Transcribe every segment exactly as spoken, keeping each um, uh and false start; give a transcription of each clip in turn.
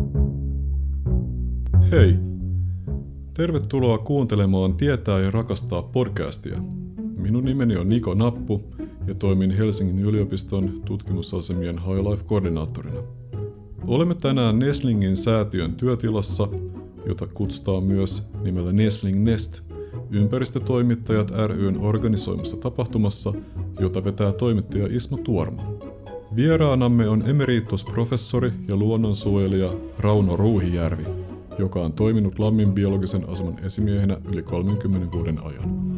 Hei! Tervetuloa kuuntelemaan Tietää ja rakastaa podcastia. Minun nimeni on Niko Nappu ja toimin Helsingin yliopiston tutkimusasemien High Life-koordinaattorina. Olemme tänään Neslingin säätiön työtilassa, jota kutsutaan myös nimellä Nesling Nest, ympäristötoimittajat ry:n organisoimassa tapahtumassa, jota vetää toimittaja Ismo Tuorma. Vieraanamme on emeritusprofessori ja luonnonsuojelija Rauno Ruuhijärvi, joka on toiminut Lammin biologisen aseman esimiehenä yli kolmenkymmenen vuoden ajan.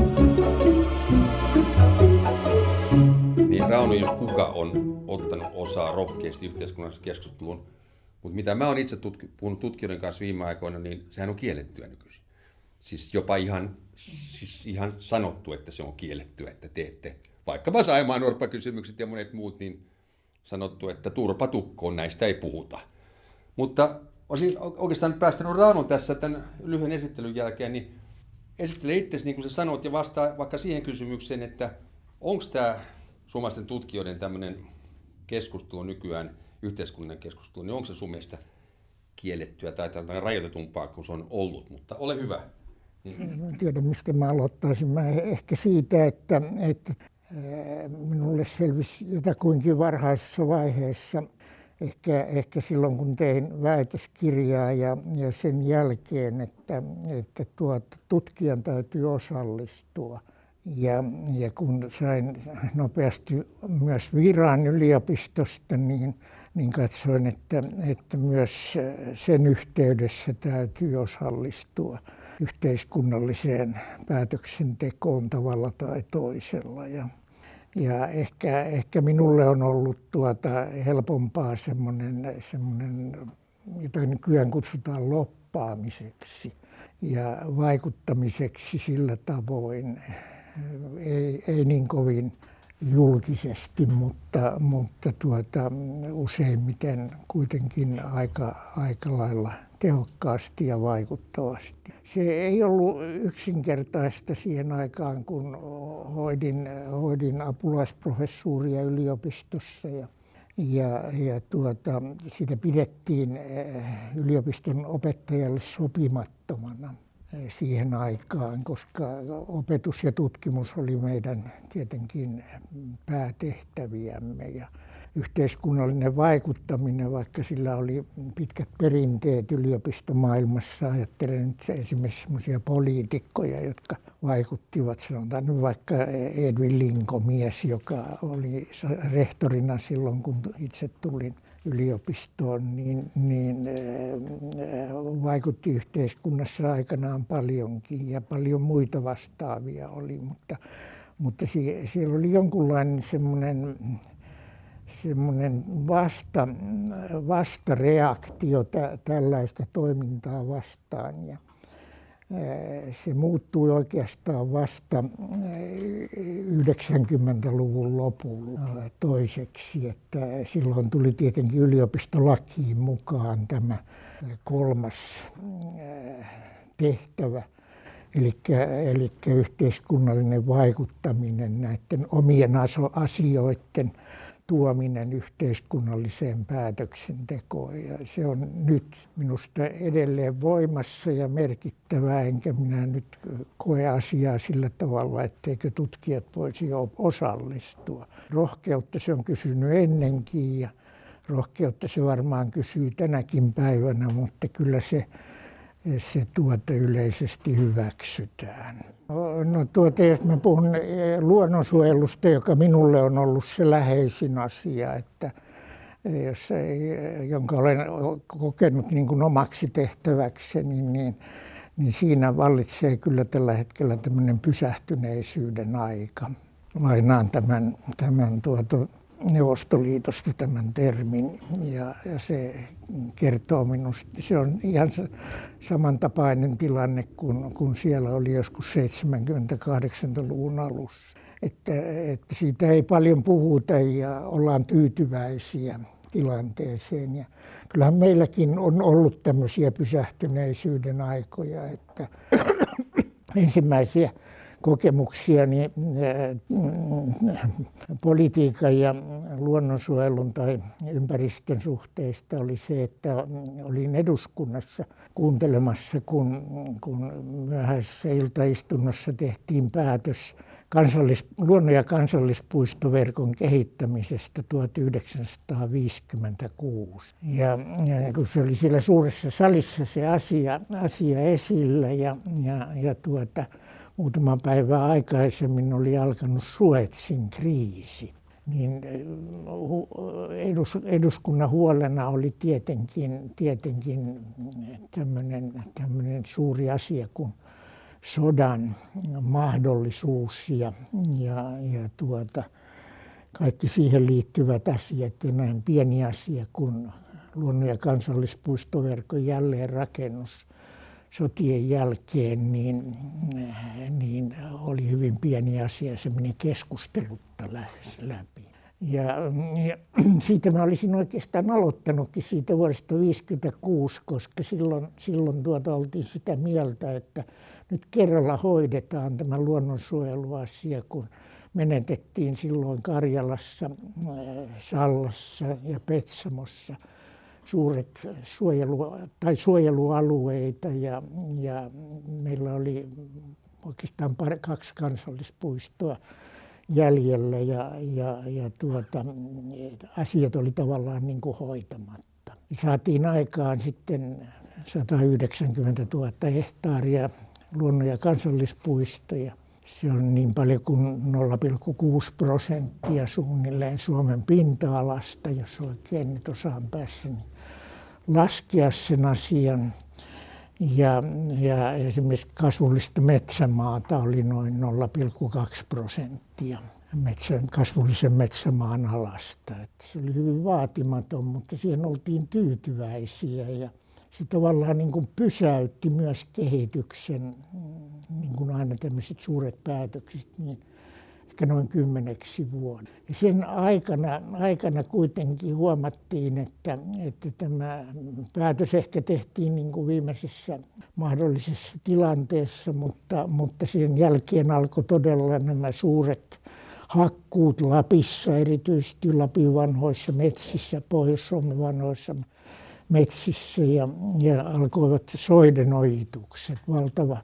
Niin Rauno, jos kuka on ottanut osaa rohkeasti yhteiskunnalliseen keskusteluun, mutta mitä mä oon itse tutki, puhunut tutkijoiden kanssa viime aikoina, niin sehän on kiellettyä nykyisin. Siis jopa ihan, siis ihan sanottu, että se on kiellettyä, että teette vaikkapa saimaannorppakysymykset ja monet muut, niin sanottu, että turpa tukkoon, näistä ei puhuta. Mutta olisin oikeastaan nyt päästänyt Raunon tässä tämän lyhyen esittelyn jälkeen, niin esittele itsesi niin kuin sä sanoit ja vastaa vaikka siihen kysymykseen, että onko tämä suomalaisten tutkijoiden tämmöinen keskustelu nykyään, yhteiskunnan keskustelu, niin onko se sun mielestä kiellettyä tai rajoitetumpaa kuin se on ollut, mutta ole hyvä. En tiedä, mistä mä aloittaisin. Mä ehkä siitä, että, että minulle selvisi jotakuinkin varhaisessa vaiheessa, ehkä, ehkä silloin kun tein väitöskirjaa ja, ja sen jälkeen, että, että tuota, tutkijan täytyy osallistua. Ja, ja kun sain nopeasti myös viran yliopistosta, niin, niin katsoin, että, että myös sen yhteydessä täytyy osallistua yhteiskunnalliseen päätöksentekoon tavalla tai toisella. Ja, ja ehkä, ehkä minulle on ollut tuota helpompaa semmoinen, semmoinen, jota nykyään kutsutaan lobbaamiseksi ja vaikuttamiseksi sillä tavoin. Ei, ei niin kovin julkisesti, mutta, mutta tuota, useimmiten kuitenkin aika, aika lailla tehokkaasti ja vaikuttavasti. Se ei ollut yksinkertaista siihen aikaan, kun hoidin, hoidin apulaisprofessuuria yliopistossa ja, ja, ja tuota, sitä pidettiin yliopiston opettajalle sopimattomana siihen aikaan, koska opetus ja tutkimus oli meidän tietenkin päätehtäviämme ja yhteiskunnallinen vaikuttaminen, vaikka sillä oli pitkät perinteet yliopistomaailmassa. Ajattelen nyt esimerkiksi sellaisia poliitikkoja, jotka vaikuttivat, sanotaan nyt vaikka Edwin Linko-mies, joka oli rehtorina silloin, kun itse tulin yliopistoon, niin, niin vaikutti yhteiskunnassa aikanaan paljonkin ja paljon muita vastaavia oli, mutta, mutta siellä oli jonkunlainen semmoinen, semmoinen vasta, vastareaktio tä, tällaista toimintaa vastaan. Ja se muuttui oikeastaan vasta yhdeksänkymmentäluvun lopulla toiseksi, että silloin tuli tietenkin yliopistolakiin mukaan tämä kolmas tehtävä, eli, eli yhteiskunnallinen vaikuttaminen, näiden omien asioiden tuominen yhteiskunnalliseen päätöksentekoon. Ja se on nyt minusta edelleen voimassa ja merkittävää, enkä minä nyt koe asiaa sillä tavalla, etteikö tutkijat voisi osallistua. Rohkeutta se on kysynyt ennenkin ja rohkeutta se varmaan kysyy tänäkin päivänä, mutta kyllä se, se tuota yleisesti hyväksytään. No tuota, jos mä puhun luonnonsuojelusta, joka minulle on ollut se läheisin asia, että jos, jonka olen kokenut niin kuin omaksi tehtäväkseni, niin, niin siinä vallitsee kyllä tällä hetkellä tämmöinen pysähtyneisyyden aika. Lainaan tämän, tämän tuota Neuvostoliitosta tämän termin ja, ja se kertoo minusta, se on ihan samantapainen tilanne kuin, kuin siellä oli joskus seitsemänkymmentä-kahdeksankymmentäluvun alussa. Että, että siitä ei paljon puhuta ja ollaan tyytyväisiä tilanteeseen. Ja kyllähän meilläkin on ollut tämmöisiä pysähtyneisyyden aikoja, että ensimmäisiä kokemuksiani politiikan ja luonnonsuojelun tai ympäristön suhteista oli se, että olin eduskunnassa kuuntelemassa, kun, kun myöhäisessä iltaistunnossa tehtiin päätös kansallis, luonnon- ja kansallispuistoverkon kehittämisestä tuhatyhdeksänsataaviisikymmentäkuusi. Ja, ja kun se oli siellä suuressa salissa se asia, asia esillä ja, ja, ja tuota, muutama päivä aikaisemmin oli alkanut Suezin kriisi, niin edus, eduskunnan huolena oli tietenkin, tietenkin tämmöinen, tämmöinen suuri asia kuin sodan mahdollisuus ja, ja, ja tuota, kaikki siihen liittyvät asiat ja näin pieni asia kuin luonnon- ja kansallispuistoverkon jälleenrakennus sotien jälkeen, niin, niin oli hyvin pieni asia, se meni keskustelutta lähes läpi. Ja, ja siitä mä olisin oikeastaan aloittanutkin siitä vuodesta tuhatyhdeksänsataaviisikymmentäkuusi, koska silloin, silloin tuota oltiin sitä mieltä, että nyt kerralla hoidetaan tämä luonnonsuojeluasia, kun menetettiin silloin Karjalassa, Sallassa ja Petsamossa suuret suojelu, tai suojelualueita ja, ja meillä oli oikeastaan pari, kaksi kansallispuistoa jäljellä ja, ja, ja tuota, asiat oli tavallaan niin kuin hoitamatta. Saatiin aikaan sitten sata yhdeksänkymmentätuhatta hehtaaria luonnon- ja kansallispuistoja. Se on niin paljon kuin nolla pilkku kuusi prosenttia suunnilleen Suomen pinta-alasta, jos oikein nyt osaan päässä niin laskea sen asian. Ja, ja esimerkiksi kasvullista metsämaata oli noin nolla pilkku kaksi prosenttia metsän, kasvullisen metsämaan alasta. Että se oli hyvin vaatimaton, mutta siihen oltiin tyytyväisiä ja se tavallaan niin kuin pysäytti myös kehityksen, niin kuin aina tämmöiset suuret päätökset, niin ehkä noin kymmeneksi vuoden. Ja sen aikana, aikana kuitenkin huomattiin, että, että tämä päätös ehkä tehtiin niin kuin viimeisessä mahdollisessa tilanteessa, mutta, mutta sen jälkeen alkoi todella nämä suuret hakkuut Lapissa, erityisesti Lapin vanhoissa metsissä, Pohjois-Suomen vanhoissa metsissä ja, ja alkoivat soiden ojitukset, valtava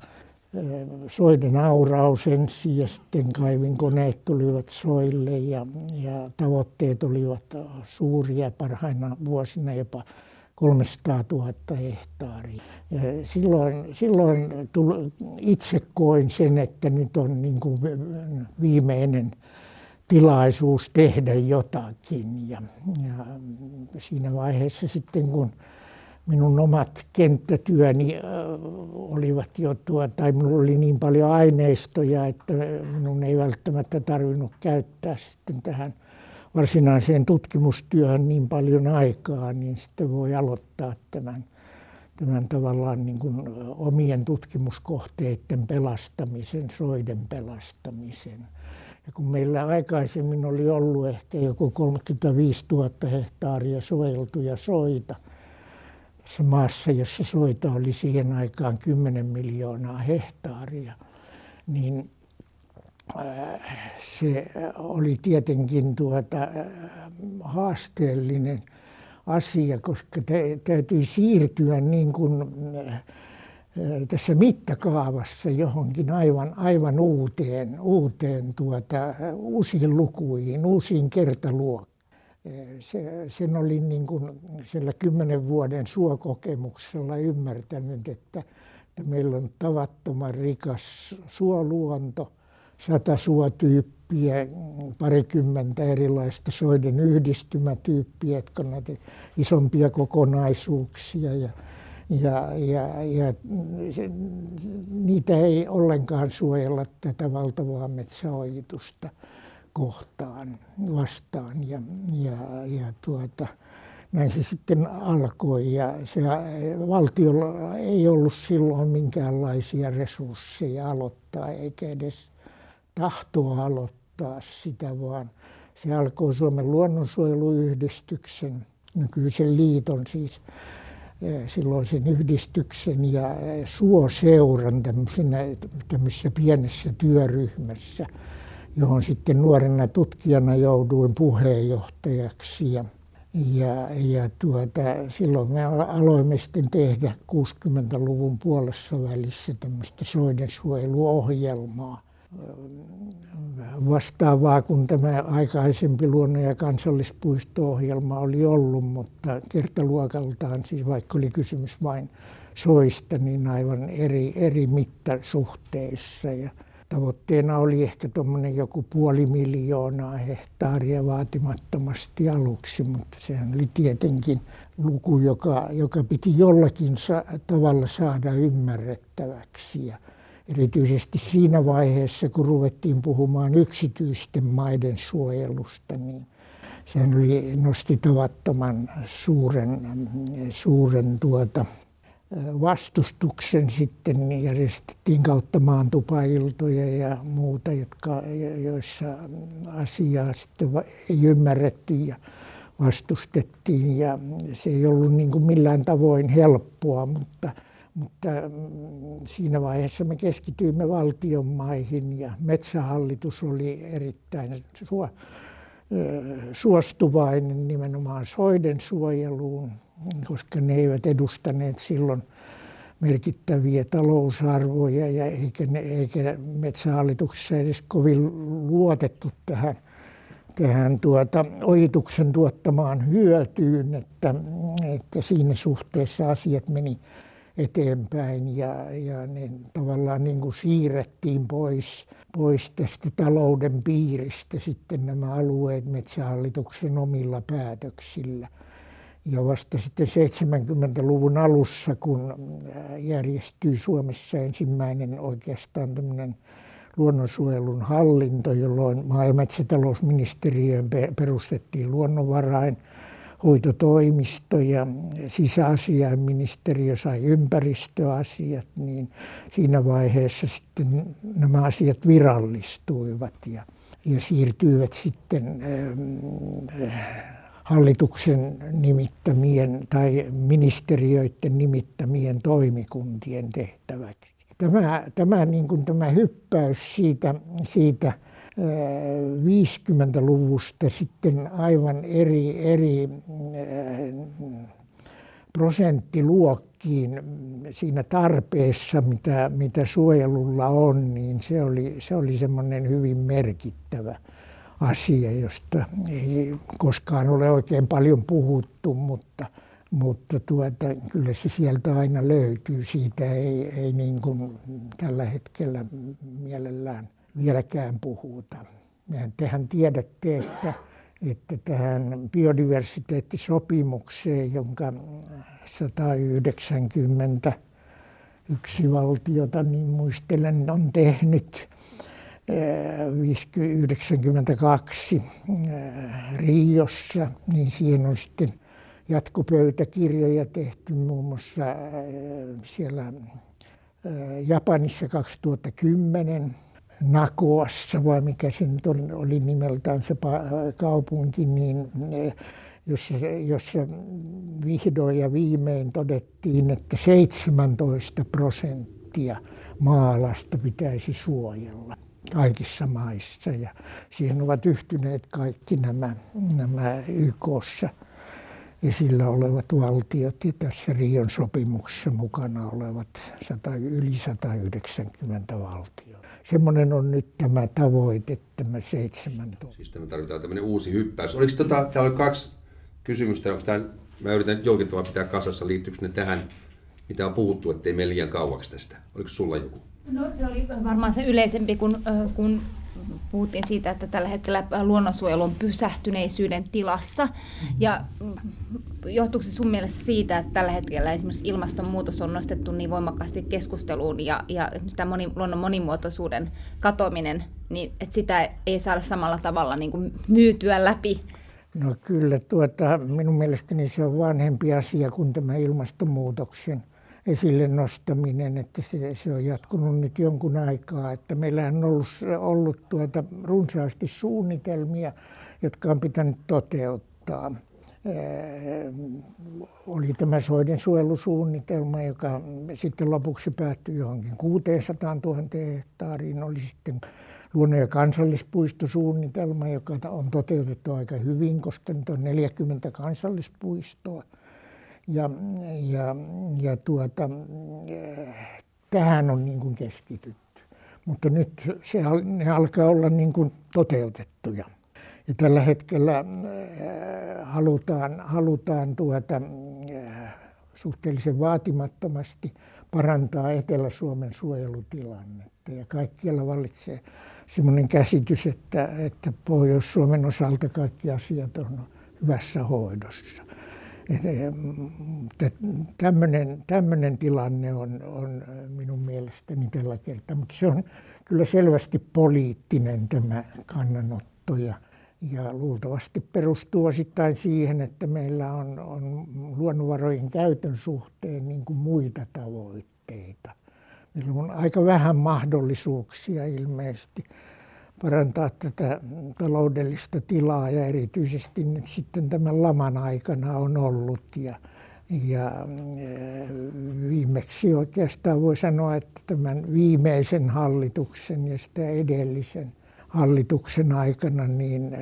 soiden auraus ensin ja sitten kaivinkoneet tulivat soille ja, ja tavoitteet olivat suuria, parhaina vuosina jopa kolmesataatuhatta hehtaaria. Ja silloin silloin tuli, itse koin sen, että nyt on niin kuin viimeinen tilaisuus tehdä jotakin. Ja, ja siinä vaiheessa sitten, kun minun omat kenttätyöni olivat jo tuo, tai minulla oli niin paljon aineistoja, että minun ei välttämättä tarvinnut käyttää sitten tähän varsinaiseen tutkimustyöhön niin paljon aikaa, niin sitten voi aloittaa tämän, tämän tavallaan niin kuin omien tutkimuskohteiden pelastamisen, soiden pelastamisen. Ja kun meillä aikaisemmin oli ollut ehkä joku kolmekymmentäviisituhatta hehtaaria suojeltuja soita, tässä maassa, jossa soita oli siihen aikaan kymmenen miljoonaa hehtaaria, niin se oli tietenkin tuota haasteellinen asia, koska täytyi siirtyä niin kuin tässä mittakaavassa johonkin aivan, aivan uuteen, uuteen tuota, uusiin lukuihin, uusiin kertaluokkiin. Se, sen olin niin kuin siellä kymmenen vuoden suokokemuksella ymmärtänyt, että, että meillä on tavattoman rikas suoluonto, sata suotyyppiä, parikymmentä erilaista soiden yhdistymätyyppiä, jotka on näitä isompia kokonaisuuksia ja, ja, ja, ja se, niitä ei ollenkaan suojella tätä valtavaa metsäojitusta kohtaan vastaan ja, ja, ja tuota, näin se sitten alkoi ja se, valtiolla ei ollut silloin minkäänlaisia resursseja aloittaa eikä edes tahtoa aloittaa sitä, vaan se alkoi Suomen luonnonsuojeluyhdistyksen, nykyisen liiton siis silloisen yhdistyksen ja Suoseuran tämmöisessä pienessä työryhmässä, johon sitten nuorena tutkijana jouduin puheenjohtajaksi. Ja, ja, ja tuota, silloin me aloimme sitten tehdä kuusikymmentäluvun puolessa välissä tämmöistä soidensuojeluohjelmaa. Vastaavaa kuin tämä aikaisempi luonnon- ja kansallispuisto-ohjelma oli ollut, mutta kertaluokaltaan, siis vaikka oli kysymys vain soista, niin aivan eri, eri mittasuhteissa. Ja tavoitteena oli ehkä tuommoinen joku puoli miljoonaa hehtaaria vaatimattomasti aluksi, mutta sehän oli tietenkin luku, joka, joka piti jollakin sa- tavalla saada ymmärrettäväksi. Ja erityisesti siinä vaiheessa, kun ruvettiin puhumaan yksityisten maiden suojelusta, niin sehän oli, nosti tavattoman suuren, suuren tuota, vastustuksen. Sitten järjestettiin kautta maantupailtoja ja muuta, jotka, joissa asiaa sitten ei ymmärretty ja vastustettiin. Ja se ei ollut niin kuin millään tavoin helppoa, mutta Mutta siinä vaiheessa me keskityimme valtion maihin ja Metsähallitus oli erittäin suostuvainen nimenomaan soiden suojeluun, koska ne eivät edustaneet silloin merkittäviä talousarvoja ja eikä, ne, eikä Metsähallituksessa edes kovin luotettu tähän, tähän tuota, ojituksen tuottamaan hyötyyn, että, että siinä suhteessa asiat meni eteenpäin ja, ja ne tavallaan niin kuin siirrettiin pois, pois tästä talouden piiristä sitten nämä alueet Metsähallituksen omilla päätöksillä. Ja vasta sitten seitsemänkymmentäluvun alussa, kun järjestyi Suomessa ensimmäinen oikeastaan tämmöinen luonnonsuojelun hallinto, jolloin maa- ja metsätalousministeriöön perustettiin luonnonvarain hoitotoimisto ja sisäasiainministeriö sai ympäristöasiat, niin siinä vaiheessa sitten nämä asiat virallistuivat ja, ja siirtyivät sitten äh, hallituksen nimittämien tai ministeriöiden nimittämien toimikuntien tehtäväksi. Tämä, tämä, niin kuin tämä hyppäys siitä, siitä viisikymmentäluvusta sitten aivan eri, eri prosenttiluokkiin siinä tarpeessa, mitä, mitä suojelulla on, niin se oli, se oli semmoinen hyvin merkittävä asia, josta ei koskaan ole oikein paljon puhuttu, mutta, mutta tuota, kyllä se sieltä aina löytyy. Siitä ei, ei niin kuin tällä hetkellä mielellään vieläkään puhuta. Mehän tehän tiedätte, että, että tähän biodiversiteettisopimukseen, jonka sata yhdeksänkymmentäyksi valtiota, niin muistelen, on tehnyt yhdeksänkymmentäkaksi Riossa, niin siihen on sitten jatkopöytäkirjoja tehty muun muassa siellä Japanissa kaksituhattakymmenen. Nagoassa, vai mikä se nyt oli nimeltään se kaupunki, niin jossa, jossa vihdoin ja viimein todettiin, että seitsemäntoista prosenttia maa-alasta pitäisi suojella kaikissa maissa. Ja siihen ovat yhtyneet kaikki nämä, nämä Y K:ssa esillä olevat valtiot ja tässä Rion sopimuksessa mukana olevat sata, yli sata yhdeksänkymmentä valtiota. Semmoinen on nyt tämä tavoite, tämä seitsemäntoista. Siis tämä tarvitaan tämmöinen uusi hyppäys. Oliko tota, täällä oli kaksi kysymystä, onko tämä, mä yritän jollakin tavalla pitää kasassa, liittyykö ne tähän, mitä on puhuttu, ettei mene liian kauaksi tästä? Oliko sulla joku? No se oli varmaan se yleisempi, kun, kun puhuttiin siitä, että tällä hetkellä luonnonsuojelu on pysähtyneisyyden tilassa. Mm-hmm. Ja johtuuko se sun mielestä siitä, että tällä hetkellä esimerkiksi ilmastonmuutos on nostettu niin voimakkaasti keskusteluun ja, ja sitä moni, luonnon monimuotoisuuden katoaminen, niin että sitä ei saada samalla tavalla niin kuin myytyä läpi? No kyllä, tuota, minun mielestäni se on vanhempi asia kuin tämä ilmastonmuutoksen esille nostaminen, että se, se on jatkunut nyt jonkun aikaa, että meillä on ollut, ollut tuota runsaasti suunnitelmia, jotka on pitänyt toteuttaa. oli tämä soidensuojelusuunnitelma, joka sitten lopuksi päättyi johonkin kuusisataatuhatta hehtaariin. Oli sitten luonnon- ja kansallispuistosuunnitelma, joka on toteutettu aika hyvin, koska nyt on neljäkymmentä kansallispuistoa. Ja, ja, ja tuota, tähän on niin kuin keskitytty. Mutta nyt se, ne alkaa olla niin kuin toteutettuja. Ja tällä hetkellä halutaan, halutaan tuota, suhteellisen vaatimattomasti parantaa Etelä-Suomen suojelutilannetta. Ja kaikkialla vallitsee sellainen käsitys, että, että Pohjois-Suomen osalta kaikki asiat on hyvässä hoidossa. Tämmöinen, tämmöinen tilanne on, on minun mielestäni tällä kertaa, mutta se on kyllä selvästi poliittinen tämä kannanotto ja, ja luultavasti perustuu osittain siihen, että meillä on, on luonnonvarojen käytön suhteen niin kuin muita tavoitteita. Meillä on aika vähän mahdollisuuksia ilmeisesti parantaa tätä taloudellista tilaa ja erityisesti nyt sitten tämän laman aikana on ollut ja, ja viimeksi oikeastaan voi sanoa, että tämän viimeisen hallituksen ja sitä edellisen hallituksen aikana niin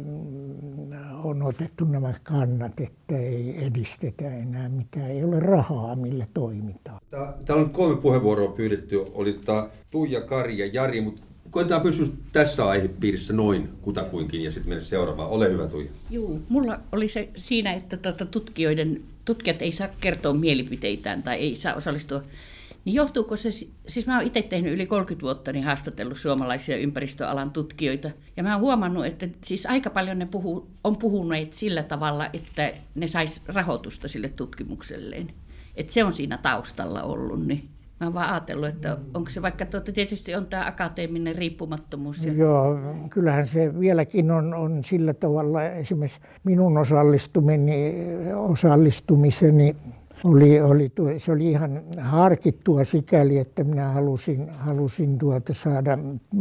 on otettu nämä kannat, että ei edistetä enää mitään, ei ole rahaa millä toimitaan. Täällä on kolme puheenvuoroa pyydetty, oli Tuija, Kari ja Jari, mutta koetaan pysyä tässä aihepiirissä noin kutakuinkin ja sitten mennä seuraavaan. Ole hyvä, Tuija. Joo, mulla oli se siinä, että tuota, tutkijoiden, tutkijat ei saa kertoa mielipiteitään tai ei saa osallistua. Niin johtuuko se, siis mä oon itse tehnyt yli kolmekymmentä vuotta niin haastatellut suomalaisia ympäristöalan tutkijoita. Ja mä oon huomannut, että siis aika paljon ne puhuu, on puhuneet sillä tavalla, että ne sais rahoitusta sille tutkimukselleen. Että se on siinä taustalla ollut, niin mä oon vaan ajatellut, että onko se vaikka tuota, tietysti on tämä akateeminen riippumattomuus. Ja... Joo, kyllähän se vieläkin on, on sillä tavalla, esimerkiksi minun osallistumiseni, osallistumiseni oli, oli, se oli ihan harkittua sikäli, että minä halusin, halusin tuota saada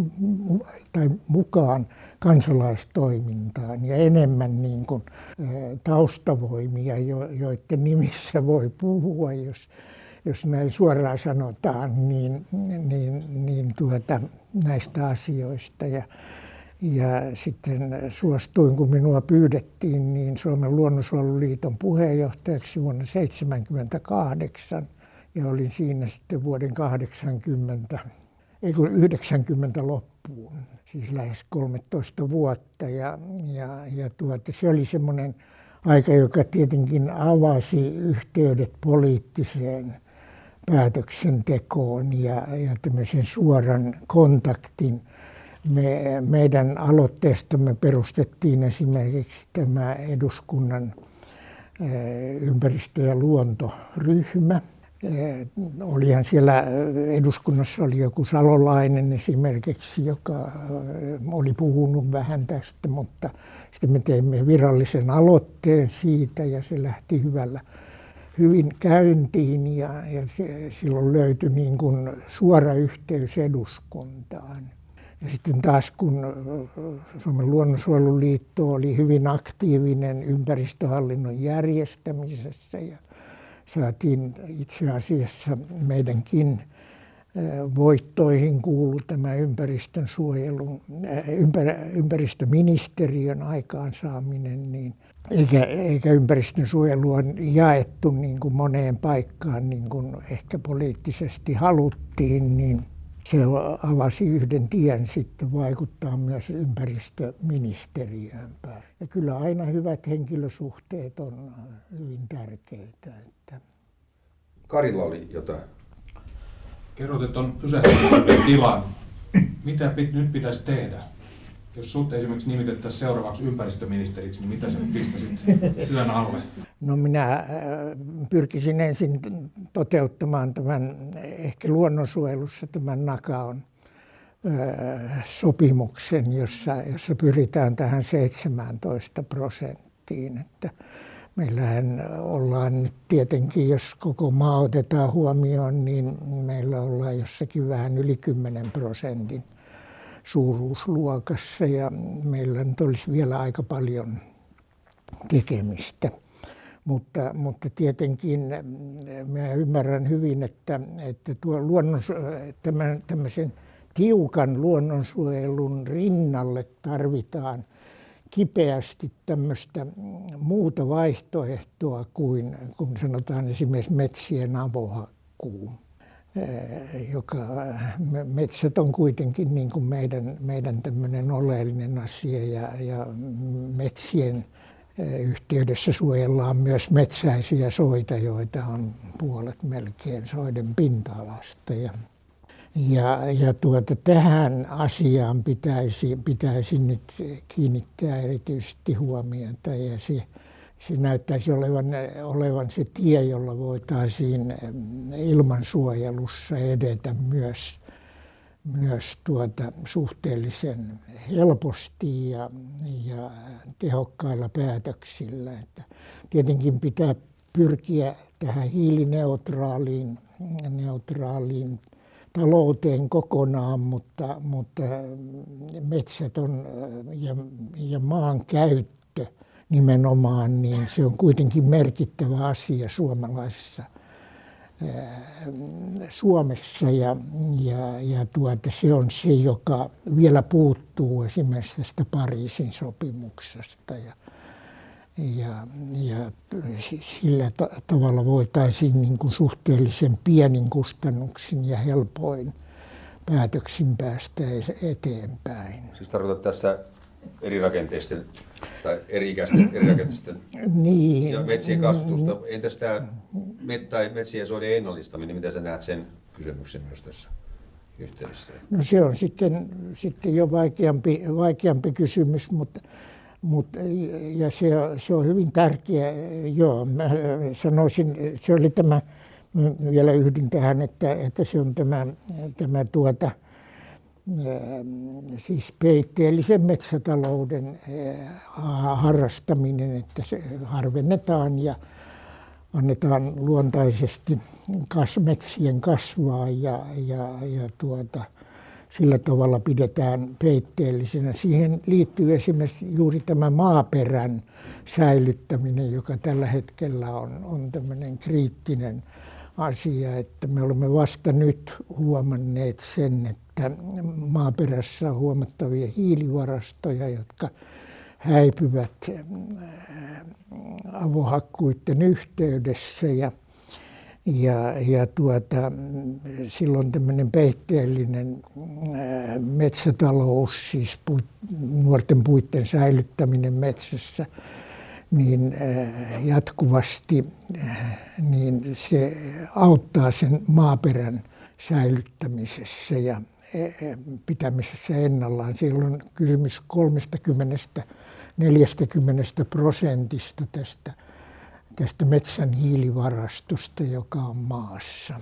tai mukaan kansalaistoimintaan ja enemmän niin kuin, taustavoimia, joiden nimissä voi puhua, jos jos näin suoraan sanotaan, niin, niin, niin tuota, näistä asioista. Ja, ja sitten suostuin, kun minua pyydettiin, niin Suomen luonnonsuojeluliiton puheenjohtajaksi vuonna seitsemänkymmentäkahdeksan. Ja olin siinä sitten vuoden kahdeksankymmentä, ei kun yhdeksänkymmentä loppuun, siis lähes kolmetoista vuotta. Ja, ja, ja tuota, se oli semmoinen aika, joka tietenkin avasi yhteydet poliittiseen päätöksentekoon ja, ja tämmöisen suoran kontaktin. Me, meidän aloitteestamme perustettiin esimerkiksi tämä eduskunnan ympäristö- ja luontoryhmä. Olihan siellä eduskunnassa oli joku Salolainen esimerkiksi, joka oli puhunut vähän tästä, mutta sitten me teimme virallisen aloitteen siitä ja se lähti hyvällä, hyvin käyntiin ja, ja se, silloin löytyi niin kuin suora yhteys eduskuntaan. Ja sitten taas kun Suomen luonnonsuojeluliitto oli hyvin aktiivinen ympäristöhallinnon järjestämisessä ja saatiin itse asiassa meidänkin voittoihin kuului tämä ympäristön suojelun, ympäristöministeriön aikaansaaminen, niin eikä, eikä ympäristön suojelua jaettu niin kuin moneen paikkaan niin kuin ehkä poliittisesti haluttiin, niin se avasi yhden tien sitten vaikuttaa myös ympäristöministeriöön päin. Ja kyllä aina hyvät henkilösuhteet on hyvin tärkeitä. Että... Karilla oli jotain. Kerrot, että on pysähtynyt tilan. Mitä pit, nyt pitäisi tehdä? Jos sinut esimerkiksi nimitettäisiin seuraavaksi ympäristöministeriksi, niin mitä sä pistäisit työn alle? No minä pyrkisin ensin toteuttamaan tämän ehkä luonnonsuojelussa tämän Nakaon sopimuksen, jossa, jossa pyritään tähän seitsemääntoista prosenttiin. Että meillähän ollaan nyt tietenkin, jos koko maa otetaan huomioon, niin meillä ollaan jossakin vähän yli kymmenen prosentin suuruusluokassa ja meillä nyt olisi vielä aika paljon tekemistä. Mutta, mutta tietenkin minä ymmärrän hyvin, että, että tuo luonnon, tämän, tämmöisen tiukan luonnonsuojelun rinnalle tarvitaan kipeästi tämmöistä muuta vaihtoehtoa kuin, kun sanotaan esimerkiksi metsien avohakkuu, joka metsät on kuitenkin niin kuin meidän, meidän tämmöinen oleellinen asia ja, ja metsien yhteydessä suojellaan myös metsäisiä soita, joita on puolet melkein soiden pinta-alasta. Ja, ja, ja tuota, tähän asiaan pitäisi, pitäisi nyt kiinnittää erityisesti huomiota ja se, se näyttäisi olevan, olevan se tie, jolla voitaisiin ilmansuojelussa edetä myös, myös tuota, suhteellisen helposti ja, ja tehokkailla päätöksillä. Että tietenkin pitää pyrkiä tähän hiilineutraaliin neutraaliin talouteen kokonaan, mutta, mutta metsät on, ja, ja maan käyttö nimenomaan, niin se on kuitenkin merkittävä asia suomalaisessa Suomessa ja, ja, ja tuota, se on se, joka vielä puuttuu esimerkiksi tästä Pariisin sopimuksesta ja, ja, ja sillä ta- tavalla voitaisiin niin kuin suhteellisen pienin kustannuksin ja helpoin päätöksin päästä eteenpäin. Siis tarkoitat tässä eri rakenteisten tai eri-ikäisten eri rakenteisten niin, ja metsien kasvatusta. Entäs tämä met- tai metsien soiden ennallistaminen, miten sä näet sen kysymyksen myös tässä yhteydessä? No se on sitten, sitten jo vaikeampi, vaikeampi kysymys, mutta, mutta ja se, se on hyvin tärkeä. Joo, mä sanoisin, se oli tämä, vielä yhdyn tähän, että, että se on tämä, tämä tuota, siis peitteellisen metsätalouden harrastaminen, että se harvennetaan ja annetaan luontaisesti kas, metsien kasvaa ja, ja, ja tuota, sillä tavalla pidetään peitteellisenä. Siihen liittyy esimerkiksi juuri tämä maaperän säilyttäminen, joka tällä hetkellä on, on tämmöinen kriittinen asia, että me olemme vasta nyt huomanneet sen, että maaperässä on huomattavia hiilivarastoja, jotka häipyvät avohakkuiden yhteydessä ja, ja, ja tuota, silloin tämmöinen peitteellinen metsätalous, siis pu, nuorten puiden säilyttäminen metsässä, niin jatkuvasti niin se auttaa sen maaperän säilyttämisessä ja pitämisessä ennallaan. Siellä on kysymys kolmekymmentä neljäkymmentä prosentista tästä, tästä metsän hiilivarastosta, joka on maassa.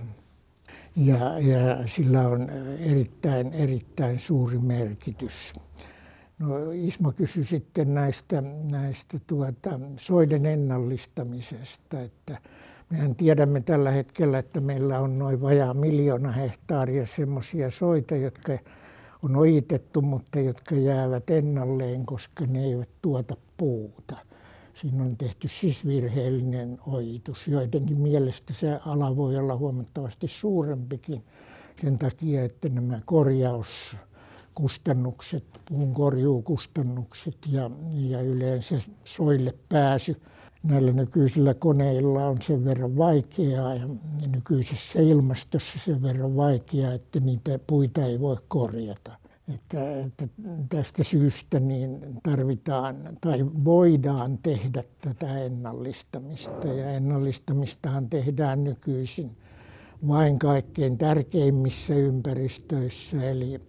Ja, ja sillä on erittäin, erittäin suuri merkitys. No, Ismo kysyi sitten näistä, näistä tuota, soiden ennallistamisesta, että mehän tiedämme tällä hetkellä, että meillä on noin vajaa miljoona hehtaaria semmoisia soita, jotka on ojitettu, mutta jotka jäävät ennalleen, koska ne eivät tuota puuta. Siinä on tehty siis virheellinen ojitus. Joidenkin mielestä se ala voi olla huomattavasti suurempikin sen takia, että nämä korjaus kustannukset, puun korjuukustannukset ja, ja yleensä soille pääsy näillä nykyisillä koneilla on sen verran vaikeaa ja nykyisessä ilmastossa sen verran vaikeaa, että niitä puita ei voi korjata. Että, että tästä syystä niin tarvitaan tai voidaan tehdä tätä ennallistamista ja ennallistamistahan tehdään nykyisin vain kaikkein tärkeimmissä ympäristöissä eli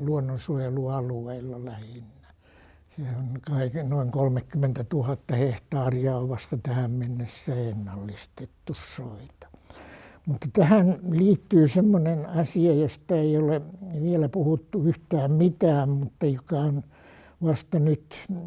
luonnonsuojelualueilla lähinnä. Se on kaiken, noin kolmekymmentätuhatta hehtaaria on vasta tähän mennessä ennallistettu soita. Mutta tähän liittyy semmoinen asia, josta ei ole vielä puhuttu yhtään mitään, mutta joka on vasta nyt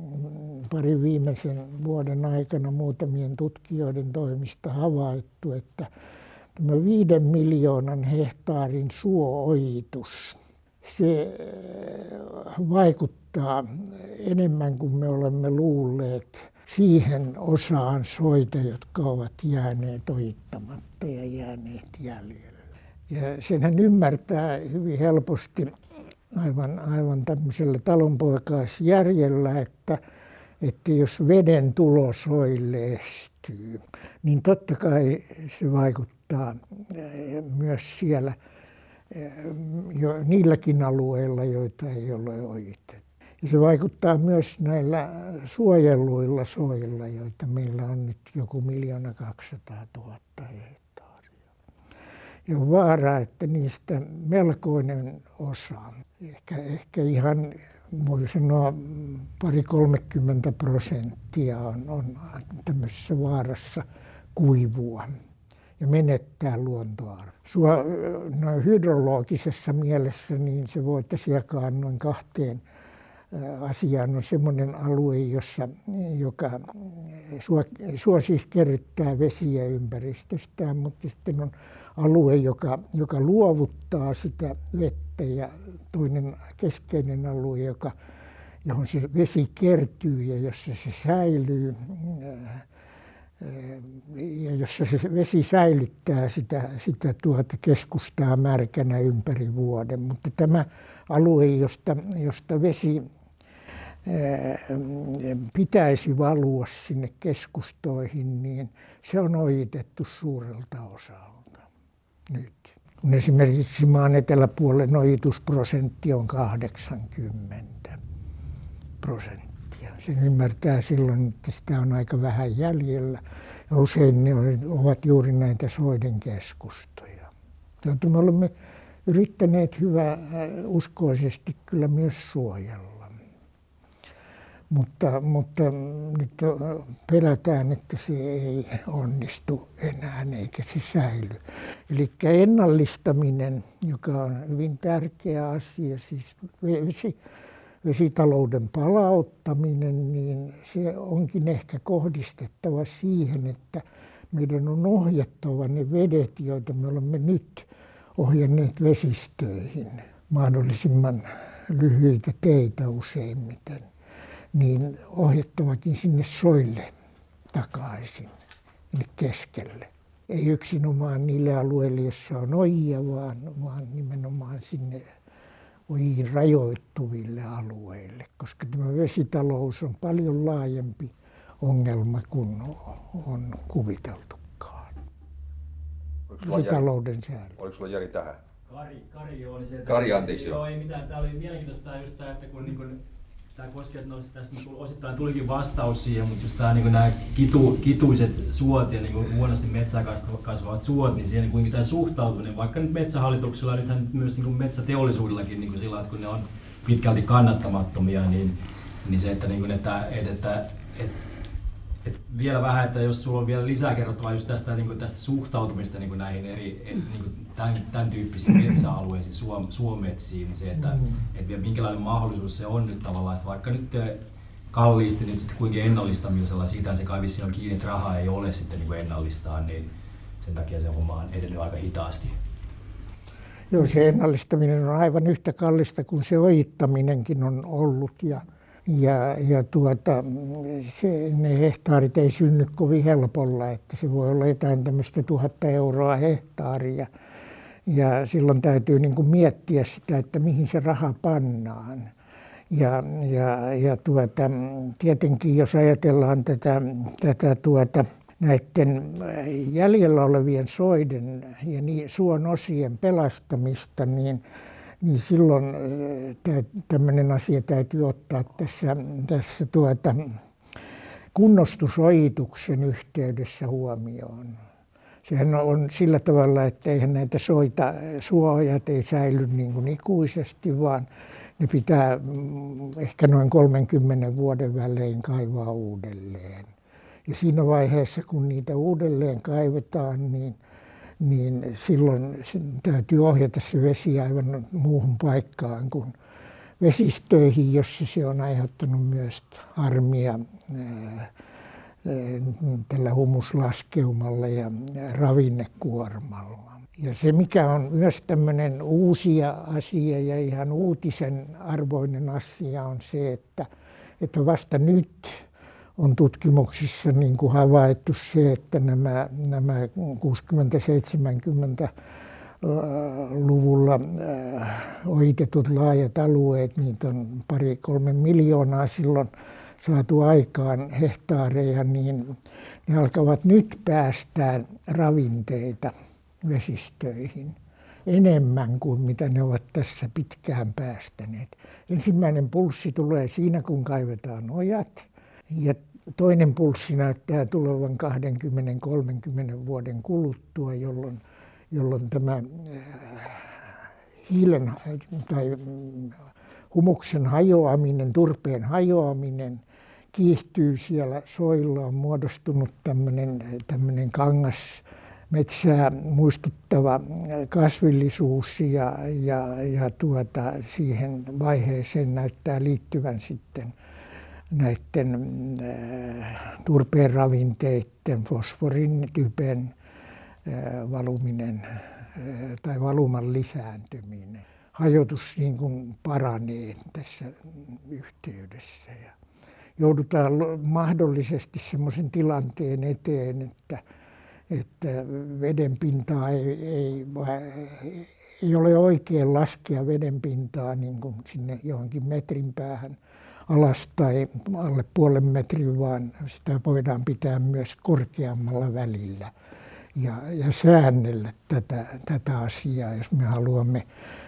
parin viimeisen vuoden aikana muutamien tutkijoiden toimesta havaittu, että tämä viiden miljoonan hehtaarin suo-ojitus, se vaikuttaa enemmän kuin me olemme luulleet siihen osaan soita, jotka ovat jääneet ojittamatta ja jääneet jäljelle. Ja senhän ymmärtää hyvin helposti aivan, aivan tämmöisellä talonpoikaisjärjellä, että, että jos veden tulo soille estyy, niin totta kai se vaikuttaa myös siellä jo niilläkin alueilla, joita ei ole ojitettu. Ja se vaikuttaa myös näillä suojelluilla soilla, joita meillä on nyt joku miljoona kaksisataatuhatta hehtaaria. Ja on vaara, että niistä melkoinen osa, ehkä, ehkä ihan voi sanoa pari kolmekymmentä prosenttia on, on tämmöisessä vaarassa kuivua ja menettää luontoarvoa. No, hydrologisessa mielessä niin se voitaisiin jakaa noin kahteen asiaan. On semmoinen alue, jossa, joka suo, suo siis kerryttää vesiä ympäristöstään, mutta sitten on alue, joka, joka luovuttaa sitä vettä ja toinen keskeinen alue, joka, johon se vesi kertyy ja jossa se säilyy ja jossa se vesi säilyttää sitä, sitä tuota keskustaa märkänä ympäri vuoden. Mutta tämä alue, josta, josta vesi pitäisi valua sinne keskustoihin, niin se on ojitettu suurelta osalta nyt. Kun esimerkiksi maan eteläpuolen ojitusprosentti on kahdeksankymmentä prosenttia. Sen ymmärtää silloin, että sitä on aika vähän jäljellä. Ja usein ne ovat juuri näitä soiden keskustoja, joita me olemme yrittäneet hyvä uskoisesti kyllä myös suojella. Mutta, mutta nyt pelätään, että se ei onnistu enää eikä se säily. Eli ennallistaminen, joka on hyvin tärkeä asia, siis vesi, vesitalouden palauttaminen, niin se onkin ehkä kohdistettava siihen, että meidän on ohjattava ne vedet, joita me olemme nyt ohjanneet vesistöihin, mahdollisimman lyhyitä teitä useimmiten, niin ohjattavakin sinne soille takaisin, eli keskelle. Ei yksinomaan niille alueille, joissa on ojia, vaan, vaan nimenomaan sinne ojiin rajoittuville alueille, koska tämä vesitalous on paljon laajempi ongelma kuin on kuviteltukaan. Vesitalouden säännö. Oliko sulla Jari tähän? Kari, Kari joo, niin se, Kari, anteeksi joo. Ei mitään, tämä oli mielenkiintoista just tämä, että kun, niin kun tämä koskee, että tästä niin osittain tulikin vastaus siihen, mutta just tämä, niin nämä kitu, kituiset suot ja niin huonosti metsää kasvavat suot, niin siihen kuinka tämä suhtautuminen, vaikka nyt metsähallituksella, nythän myös niin metsäteollisuudellakin niin sillä, että kun ne on pitkälti kannattamattomia, niin, niin se, että, niin kuin, että, että, että, että, että vielä vähän, että jos sulla on vielä lisää kerrottavaa just tästä, niin kuin tästä suhtautumista niin kuin näihin eri et, niin kuin tämän, tämän tyyppisiin metsäalueisiin, suom, suometsiin, niin se, että, mm. että minkälainen mahdollisuus se on nyt tavallaan, että vaikka nyt kalliisti nyt sitten kuinka ennallistamisella siitä se kai vissiin on kiinni, että rahaa ei ole sitten niin kuin ennallistaa, niin sen takia se homma on edennyt aika hitaasti. Joo, se ennallistaminen on aivan yhtä kallista kuin se ojittaminenkin on ollut ja Ja, ja tuota, se, ne hehtaarit ei synny kovin helpolla, että se voi olla jotain tämmöistä tuhatta euroa hehtaaria. Ja silloin täytyy niin kuin miettiä sitä, että mihin se raha pannaan. Ja, ja, ja tuota, tietenkin jos ajatellaan tätä, tätä tuota, näiden jäljellä olevien soiden ja suon osien pelastamista, niin niin silloin tämmöinen asia täytyy ottaa tässä, tässä tuota, kunnostusojituksen yhteydessä huomioon. Sehän on sillä tavalla, että eihän näitä soita, suojat ei säily niin kuin ikuisesti, vaan ne pitää ehkä noin kolmenkymmenen vuoden välein kaivaa uudelleen. Ja siinä vaiheessa, kun niitä uudelleen kaivetaan, niin niin silloin täytyy ohjata se vesi aivan muuhun paikkaan kuin vesistöihin, jossa se on aiheuttanut myös harmia tällä humuslaskeumalla ja ravinnekuormalla. Ja se, mikä on myös tämmöinen uusi asia ja ihan uutisen arvoinen asia, on se, että, että vasta nyt on tutkimuksissa niin kuin havaittu se, että nämä, nämä kuusikymmentä-seitsemänkymmentäluvulla ojitetut laajat alueet, niitä on pari kolme miljoonaa silloin saatu aikaan hehtaareja, niin ne alkavat nyt päästää ravinteita vesistöihin enemmän kuin mitä ne ovat tässä pitkään päästäneet. Ensimmäinen pulssi tulee siinä, kun kaivetaan ojat, ja toinen pulssi näyttää tulevan kaksikymmentä kolmekymmentä vuoden kuluttua, jolloin, jolloin tämä hiilen tai humuksen hajoaminen, turpeen hajoaminen kiihtyy siellä. Soilla on muodostunut tämmöinen, tämmöinen kangas, metsää muistuttava kasvillisuus ja, ja, ja tuota, siihen vaiheeseen näyttää liittyvän sitten näiden äh, turpeen ravinteiden, fosforin, typen äh, valuminen äh, tai valuman lisääntyminen. Hajotus niin kuin paranee tässä yhteydessä ja joudutaan mahdollisesti semmoisen tilanteen eteen, että että vedenpintaa ei, ei, ei ole oikein laskea vedenpintaa niin kuin sinne johonkin metrin päähän alas tai alle puolen metrin, vaan sitä voidaan pitää myös korkeammalla välillä ja, ja säännellä tätä, tätä asiaa, jos me haluamme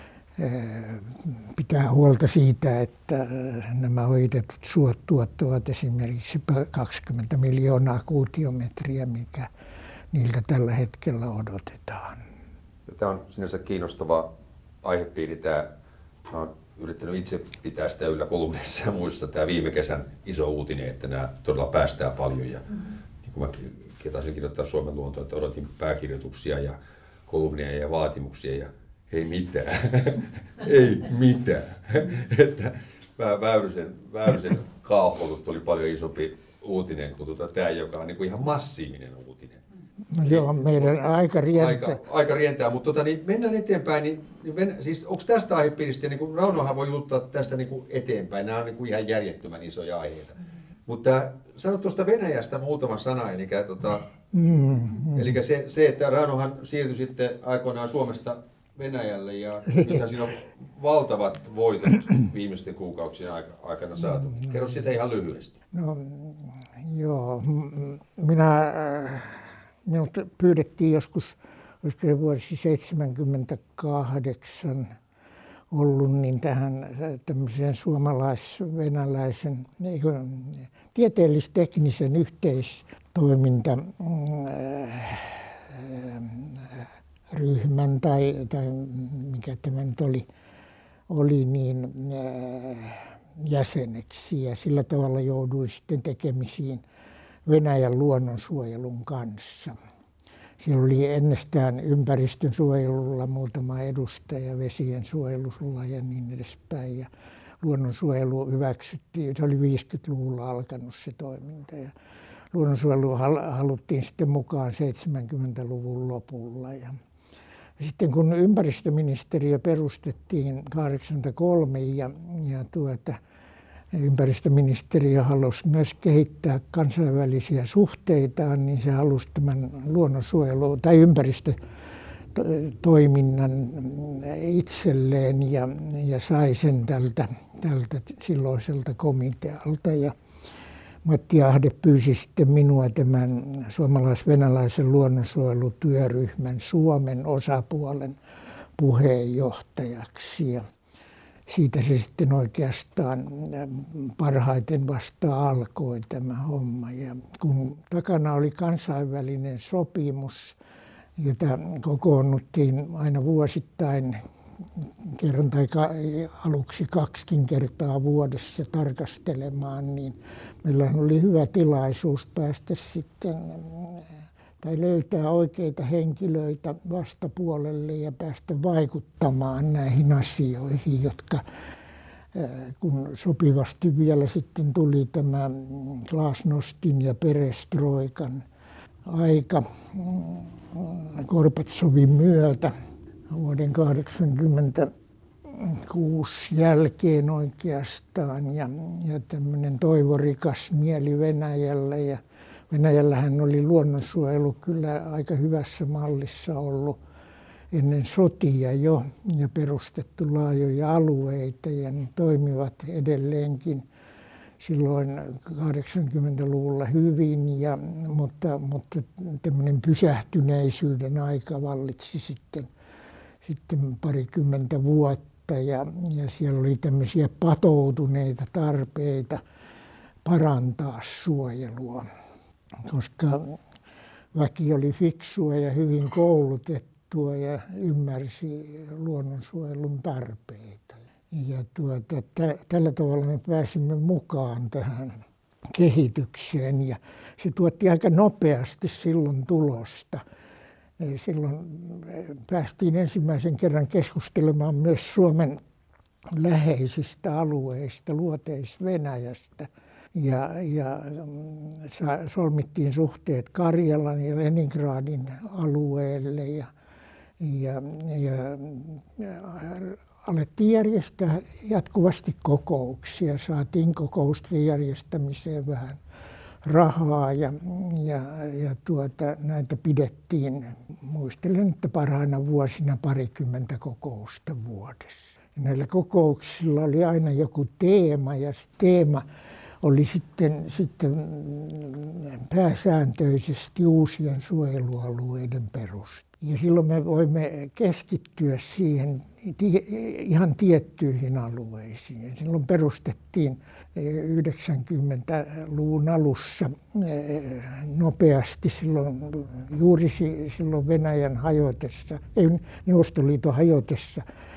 pitää huolta siitä, että nämä ojitetut suot tuottavat esimerkiksi kaksikymmentä miljoonaa kuutiometriä, mikä niiltä tällä hetkellä odotetaan. Tämä on sinänsä kiinnostava aihepiiri. Tämä, mä olen yrittänyt itse pitää sitä yllä kolumneissa ja muissa. Tämä viime kesän iso uutinen, että nämä todella päästää paljon. Ja, mm-hmm. niin kuin mä taisin kirjoittaa Suomen luontoa, että odotin pääkirjoituksia ja kolumnia ja vaatimuksia ja ei mitään. ei mitään. että Väyrysen, Väyrysen kaapolut oli paljon isompi uutinen kuin tuota, tämä, joka on niin kuin ihan massiivinen uutinen. No joo, meidän aika rientää. Aika, aika rientää, mutta tota, niin mennään eteenpäin. Niin, niin, siis onko tästä aihepiiristä, niin kuin Raunohan voi juttaa tästä niin kuin eteenpäin, nämä on niin kuin ihan järjettömän isoja aiheita. Mutta sano tuosta Venäjästä muutaman sana, eli, tota, mm, mm. eli se, se, että Raunohan siirtyi sitten aikoinaan Suomesta Venäjälle ja nythän siinä on valtavat voitot viimeisten kuukausien aikana saatu. Kerro siitä ihan lyhyesti. No joo, minä, minut pyydettiin joskus, olisiko se vuosi seitsemänkymmentäkahdeksan ollut, niin tähän tämmöiseen suomalais-venäläisen tieteellis-teknisen yhteistoiminta ryhmän tai, tai mikä tämä nyt oli, oli niin äh, jäseneksi ja sillä tavalla jouduin sitten tekemisiin Venäjän luonnonsuojelun kanssa. Siellä oli ennestään ympäristön suojelulla muutama edustaja, vesien suojelulla ja niin edespäin. Ja luonnonsuojelu hyväksyttiin, se oli viisikymmentäluvulla alkanut se toiminta. Ja luonnonsuojelu haluttiin sitten mukaan seitsemänkymmentäluvun lopulla. Ja sitten kun ympäristöministeriö perustettiin kahdeksankymmentäkolme ja, ja tuota, ympäristöministeriö halusi myös kehittää kansainvälisiä suhteitaan, niin se halusi tämän luonnonsuojelu- tai ympäristötoiminnan itselleen ja, ja sai sen tältä, tältä silloiselta komitealta. Ja Matti Ahde pyysi sitten minua tämän suomalais-venäläisen luonnonsuojelutyöryhmän Suomen osapuolen puheenjohtajaksi. Ja siitä se sitten oikeastaan parhaiten vasta alkoi tämä homma. Ja kun takana oli kansainvälinen sopimus, jota kokoonnuttiin aina vuosittain kerran tai aluksi kaksikin kertaa vuodessa tarkastelemaan, niin meillä oli hyvä tilaisuus päästä sitten tai löytää oikeita henkilöitä vastapuolelle ja päästä vaikuttamaan näihin asioihin, jotka kun sopivasti vielä sitten tuli tämä glasnostin ja perestroikan aika Gorbatsovin myötä vuoden kahdeksankymmentä kuusi jälkeen oikeastaan ja, ja tämmöinen toivorikas mieli Venäjällä. Ja Venäjällähän oli luonnonsuojelu kyllä aika hyvässä mallissa ollut ennen sotia jo ja perustettu laajoja alueita ja ne toimivat edelleenkin silloin kahdeksankymmentäluvulla hyvin, ja, mutta, mutta tämmöinen pysähtyneisyyden aika vallitsi sitten, sitten parikymmentä vuotta ja, ja siellä oli tämmöisiä patoutuneita tarpeita parantaa suojelua, koska väki oli fiksua ja hyvin koulutettua ja ymmärsi luonnonsuojelun tarpeita. Ja tuota, t- tällä tavalla me pääsimme mukaan tähän kehitykseen ja se tuotti aika nopeasti silloin tulosta. Silloin päästiin ensimmäisen kerran keskustelemaan myös Suomen läheisistä alueista, Luoteis-Venäjästä. Ja, ja solmittiin suhteet Karjalan ja Leningradin alueelle ja, ja, ja, ja alettiin järjestää jatkuvasti kokouksia. Saatiin kokousten järjestämiseen vähän rahaa ja, ja, ja tuota, näitä pidettiin, muistelen, että parhaina vuosina parikymmentä kokousta vuodessa. Ja näillä kokouksilla oli aina joku teema ja se teema oli sitten, sitten pääsääntöisesti uusien suojelualueiden perusta. Ja silloin me voimme keskittyä siihen ihan tiettyihin alueisiin. Ja silloin perustettiin yhdeksänkymmentäluvun alussa nopeasti silloin, juuri silloin Venäjän hajotessa, ei Neuvostoliiton hajotessa,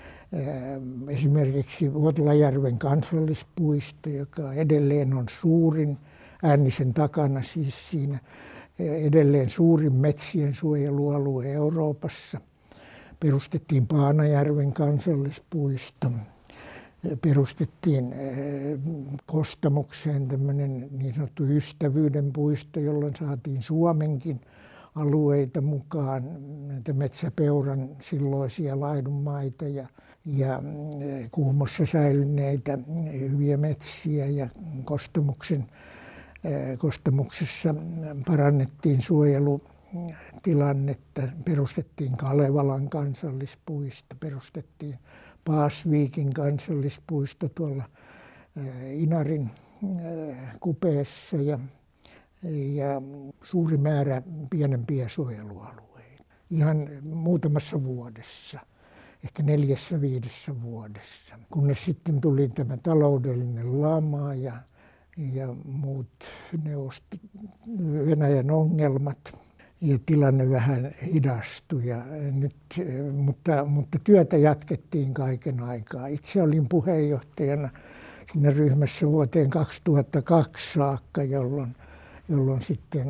esimerkiksi Vuotlajärven kansallispuisto, joka edelleen on suurin, Äänisen takana siis siinä, edelleen suurin metsien suojelualue Euroopassa. Perustettiin Paanajärven kansallispuisto. Perustettiin Kostamukseen tämmöinen niin sanottu ystävyyden puisto, jolloin saatiin Suomenkin alueita mukaan, näitä metsäpeuran silloisia laidunmaita ja, ja Kuhmossa säilyneitä hyviä metsiä ja Kostamuksen, Kostamuksessa parannettiin suojelutilannetta, perustettiin Kalevalan kansallispuisto, perustettiin Paasviikin kansallispuisto tuolla Inarin kupeessa ja ja suuri määrä pienempiä suojelualueita. Ihan muutamassa vuodessa, ehkä neljässä viidessä vuodessa. Kunnes sitten tuli tämä taloudellinen lama ja, ja muut Neuvosto- Venäjän ongelmat ja tilanne vähän hidastui. Ja nyt, mutta, mutta työtä jatkettiin kaiken aikaa. Itse olin puheenjohtajana siinä ryhmässä vuoteen kaksituhattakaksi saakka, jolloin jolloin sitten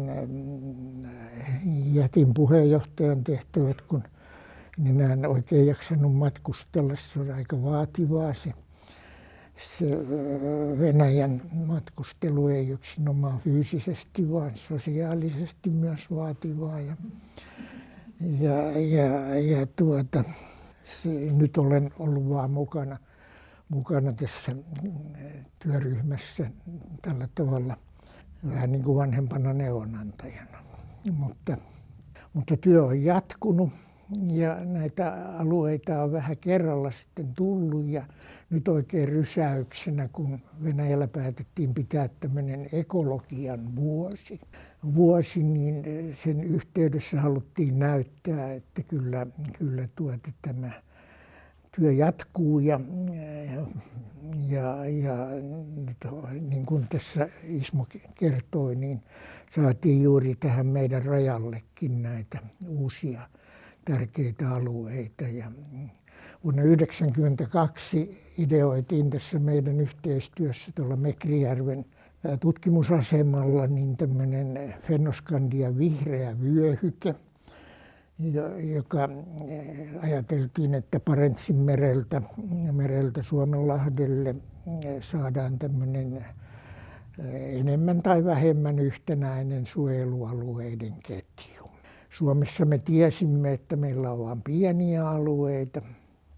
jätin puheenjohtajan tehtävät, kun en enää oikein jaksanut matkustella. Se on aika vaativaa se, se Venäjän matkustelu, ei yksinomaan fyysisesti, vaan sosiaalisesti myös vaativaa. Ja, ja, ja, ja tuota, se, nyt olen ollut vaan mukana, mukana tässä työryhmässä tällä tavalla. Vähän niin kuin vanhempana neuvonantajana, mutta, mutta työ on jatkunut ja näitä alueita on vähän kerralla sitten tullut ja nyt oikein rysäyksenä, kun Venäjällä päätettiin pitää tämmöinen ekologian vuosi. Vuosi, niin sen yhteydessä haluttiin näyttää, että kyllä, kyllä tuota tämä työ jatkuu ja, ja, ja niin kuin tässä Ismo kertoi, niin saatiin juuri tähän meidän rajallekin näitä uusia tärkeitä alueita. Ja vuonna yhdeksänkymmentäkaksi ideoitiin tässä meidän yhteistyössä tuolla Mekrijärven tutkimusasemalla niin tämmöinen Fennoskandian vihreä vyöhyke, joka ajateltiin, että Barentsin mereltä, mereltä Suomenlahdelle saadaan tämmöinen enemmän tai vähemmän yhtenäinen suojelualueiden ketju. Suomessa me tiesimme, että meillä on vain pieniä alueita,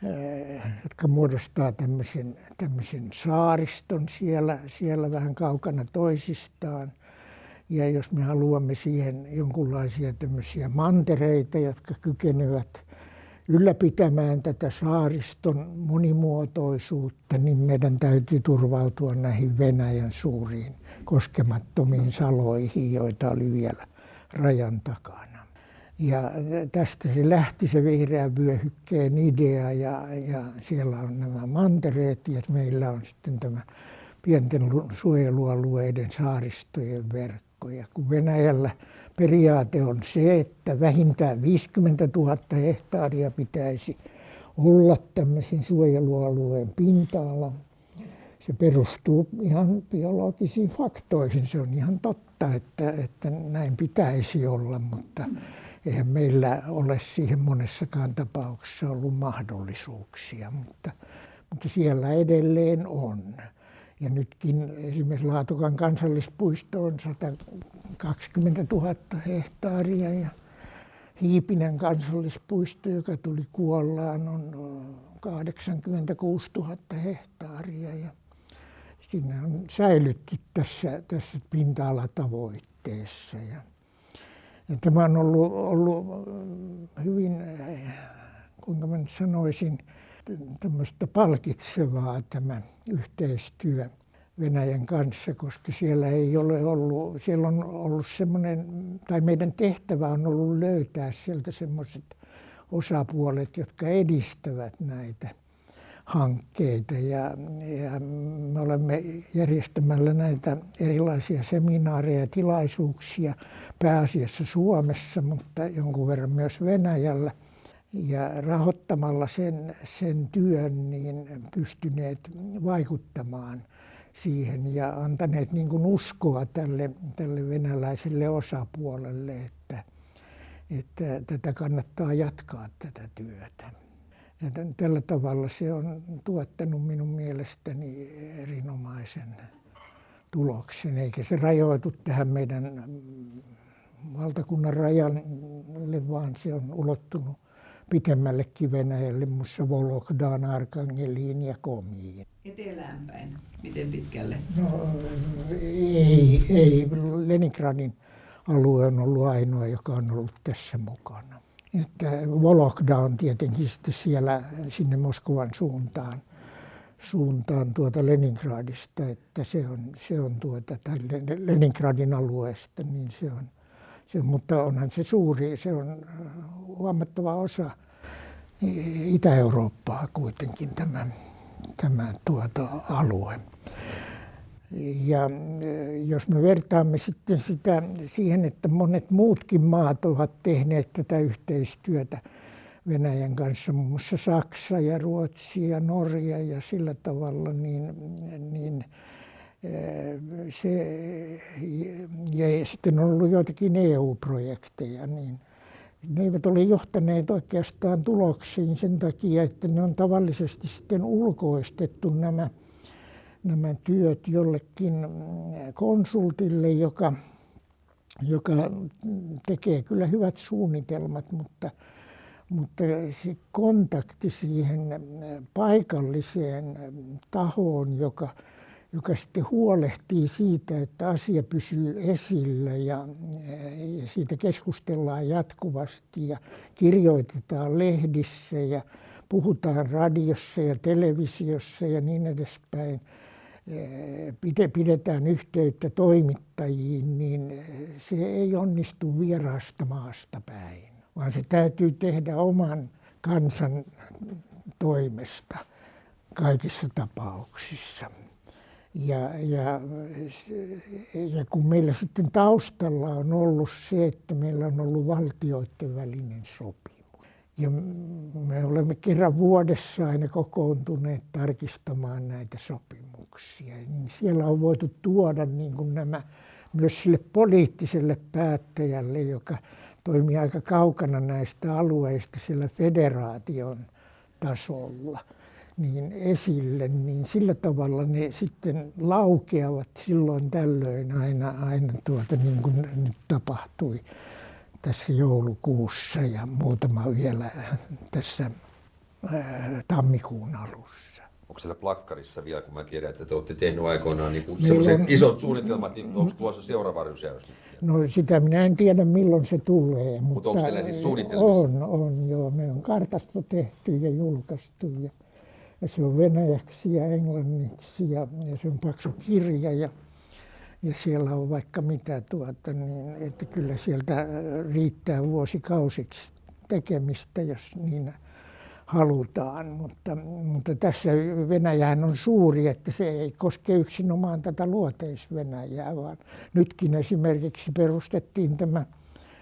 jotka muodostaa tämmöisen, tämmöisen saariston siellä, siellä vähän kaukana toisistaan. Ja jos me haluamme siihen jonkunlaisia tämmöisiä mantereita, jotka kykenevät ylläpitämään tätä saariston monimuotoisuutta, niin meidän täytyy turvautua näihin Venäjän suuriin koskemattomiin saloihin, joita oli vielä rajan takana. Ja tästä se lähti se vihreän vyöhykkeen idea ja, ja siellä on nämä mantereet ja meillä on sitten tämä pienten suojelualueiden saaristojen verkko. Ja kun Venäjällä periaate on se, että vähintään viisikymmentätuhatta hehtaaria pitäisi olla tämmöisen suojelualueen pinta-ala. Se perustuu ihan biologisiin faktoihin. Se on ihan totta, että, että näin pitäisi olla, mutta eihän meillä ole siihen monessakaan tapauksessa ollut mahdollisuuksia, mutta, mutta siellä edelleen on. Ja nytkin esimerkiksi Laatokan kansallispuisto on sata kaksikymmentätuhatta hehtaaria ja Hiipinen kansallispuisto, joka tuli Kuollaan, on kahdeksankymmentäkuusituhatta hehtaaria. Ja siinä on säilytty tässä, tässä pinta-alatavoitteessa. Ja, ja tämä on ollut, ollut hyvin, kuinka mä nyt sanoisin, tämmöistä palkitsevaa tämä yhteistyö Venäjän kanssa, koska siellä ei ole ollut, siellä on ollut semmoinen, tai meidän tehtävä on ollut löytää sieltä semmoiset osapuolet, jotka edistävät näitä hankkeita. Ja, ja me olemme järjestämällä näitä erilaisia seminaareja ja tilaisuuksia pääasiassa Suomessa, mutta jonkun verran myös Venäjällä. Ja rahoittamalla sen, sen työn niin pystyneet vaikuttamaan siihen ja antaneet niin kuin uskoa tälle, tälle venäläiselle osapuolelle, että, että tätä kannattaa jatkaa tätä työtä. Ja tällä tavalla se on tuottanut minun mielestäni erinomaisen tuloksen, eikä se rajoitu tähän meidän valtakunnan rajalle, vaan se on ulottunut pitemmällekin Venäjälle, muissa Vologdaan, Arkangeliin ja Komiin. Etelään päin, miten pitkälle? No ei, ei. Leningradin alue on ollut ainoa, joka on ollut tässä mukana. Että Vologda on tietenkin sitten siellä sinne Moskovan suuntaan, suuntaan tuota Leningradista, että se on, se on tuota, tai Leningradin alueesta, niin se on. Se, mutta onhan se suuri, se on huomattava osa Itä-Eurooppaa kuitenkin tämä, tämä tuota alue. Ja jos me vertaamme sitten sitä siihen, että monet muutkin maat ovat tehneet tätä yhteistyötä Venäjän kanssa, muun muassa Saksa ja Ruotsi ja Norja ja sillä tavalla, niin, niin se, ja sitten on ollut joitakin E U-projekteja, niin ne eivät ole johtaneet oikeastaan tuloksiin sen takia, että ne on tavallisesti sitten ulkoistettu nämä, nämä työt jollekin konsultille, joka, joka tekee kyllä hyvät suunnitelmat, mutta, mutta se kontakti siihen paikalliseen tahoon, joka joka sitten huolehtii siitä, että asia pysyy esillä ja, ja siitä keskustellaan jatkuvasti ja kirjoitetaan lehdissä ja puhutaan radiossa ja televisiossa ja niin edespäin. Pidetään yhteyttä toimittajiin, niin se ei onnistu vieraasta maasta päin, vaan se täytyy tehdä oman kansan toimesta kaikissa tapauksissa. Ja, ja, ja kun meillä sitten taustalla on ollut se, että meillä on ollut valtioiden välinen sopimus. Ja me olemme kerran vuodessa aina kokoontuneet tarkistamaan näitä sopimuksia. Niin siellä on voitu tuoda niin kuin nämä myös sille poliittiselle päättäjälle, joka toimii aika kaukana näistä alueista siellä federaation tasolla, niin esille, niin sillä tavalla ne sitten laukeavat silloin tällöin aina, aina tuota, niin kuin nyt tapahtui tässä joulukuussa ja muutama vielä tässä tammikuun alussa. Onko siellä plakkarissa vielä, kun mä tiedän, että te olette tehnyt aikoinaan niin sellaiset on isot suunnitelmat, niin onko tuossa seuraava rysäys? No sitä minä en tiedä milloin se tulee, Mut mutta onko siellä siis suunnitelmissa? on, on joo. Me on kartasto tehty ja julkaistu ja, ja se on venäjäksi ja englanniksi ja, ja se on paksu kirja ja, ja siellä on vaikka mitä tuota, niin että kyllä sieltä riittää vuosikausiksi tekemistä, jos niin halutaan, mutta, mutta tässä Venäjähän on suuri, että se ei koske yksinomaan tätä Luoteis-Venäjää, vaan nytkin esimerkiksi perustettiin tämä ää,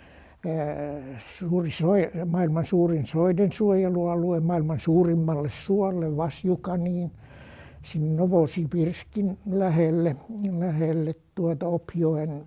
suuri soi, maailman suurin soiden suojelualue maailman suurimmalle suolle Vasjukaniin, sinne Novosibirskin lähelle, lähelle tuota Opjoen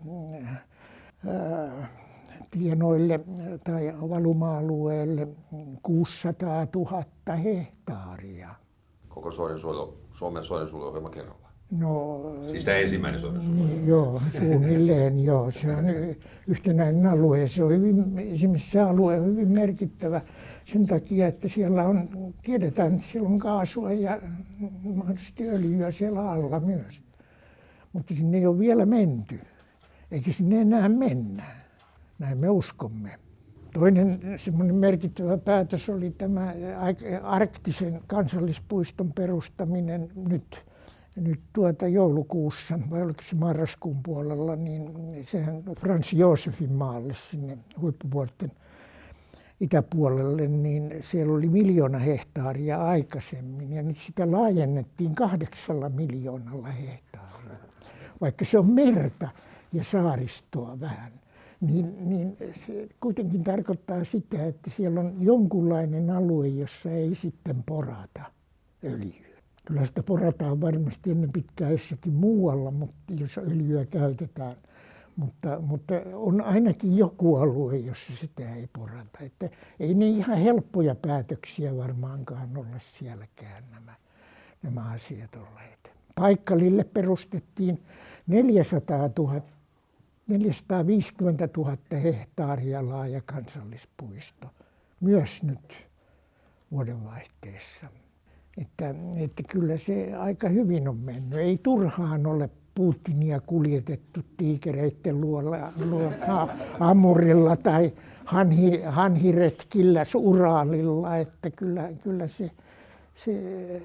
ää, tienoille tai valuma-alueelle kuusisataatuhatta hehtaaria. Koko soidensuojelu, Suomen soidensuojeluohjelma kerralla? No, siis tämä ensimmäinen soidensuojeluohjelma? Niin, joo, suunnilleen joo. Se on yhtenäinen alue ja se on hyvin, esimerkiksi se alue on hyvin merkittävä sen takia, että siellä on, tiedetään, että siellä on kaasua ja mahdollisesti öljyä siellä alla myös. Mutta sinne ei ole vielä menty, eikä sinne enää mennä. Näin me uskomme. Toinen semmoinen merkittävä päätös oli tämä arktisen kansallispuiston perustaminen nyt, nyt tuota joulukuussa, vai oliko se marraskuun puolella, niin sehän Frans Josefin maalle sinne huippuvuorten itäpuolelle, niin siellä oli miljoona hehtaaria aikaisemmin ja nyt sitä laajennettiin kahdeksalla miljoonalla hehtaaria. Vaikka se on merta ja saaristoa vähän. Niin, niin se kuitenkin tarkoittaa sitä, että siellä on jonkunlainen alue, jossa ei sitten porata öljyä. Kyllä sitä porataan varmasti ennen pitkään jossakin muualla, mutta jos öljyä käytetään. Mutta, mutta on ainakin joku alue, jossa sitä ei porata. Että ei ne ihan helppoja päätöksiä varmaankaan ole sielläkään nämä, nämä asiat olleet. Paikkalille perustettiin neljäsataatuhatta. neljäsataaviisikymmentätuhatta hehtaaria laaja kansallispuisto, myös nyt vuodenvaihteessa. Että, että kyllä se aika hyvin on mennyt. Ei turhaan ole Putinia kuljetettu tiikereiden luola, luola Amurilla tai hanhi, hanhiretkillä Uralilla, että kyllä, kyllä se, se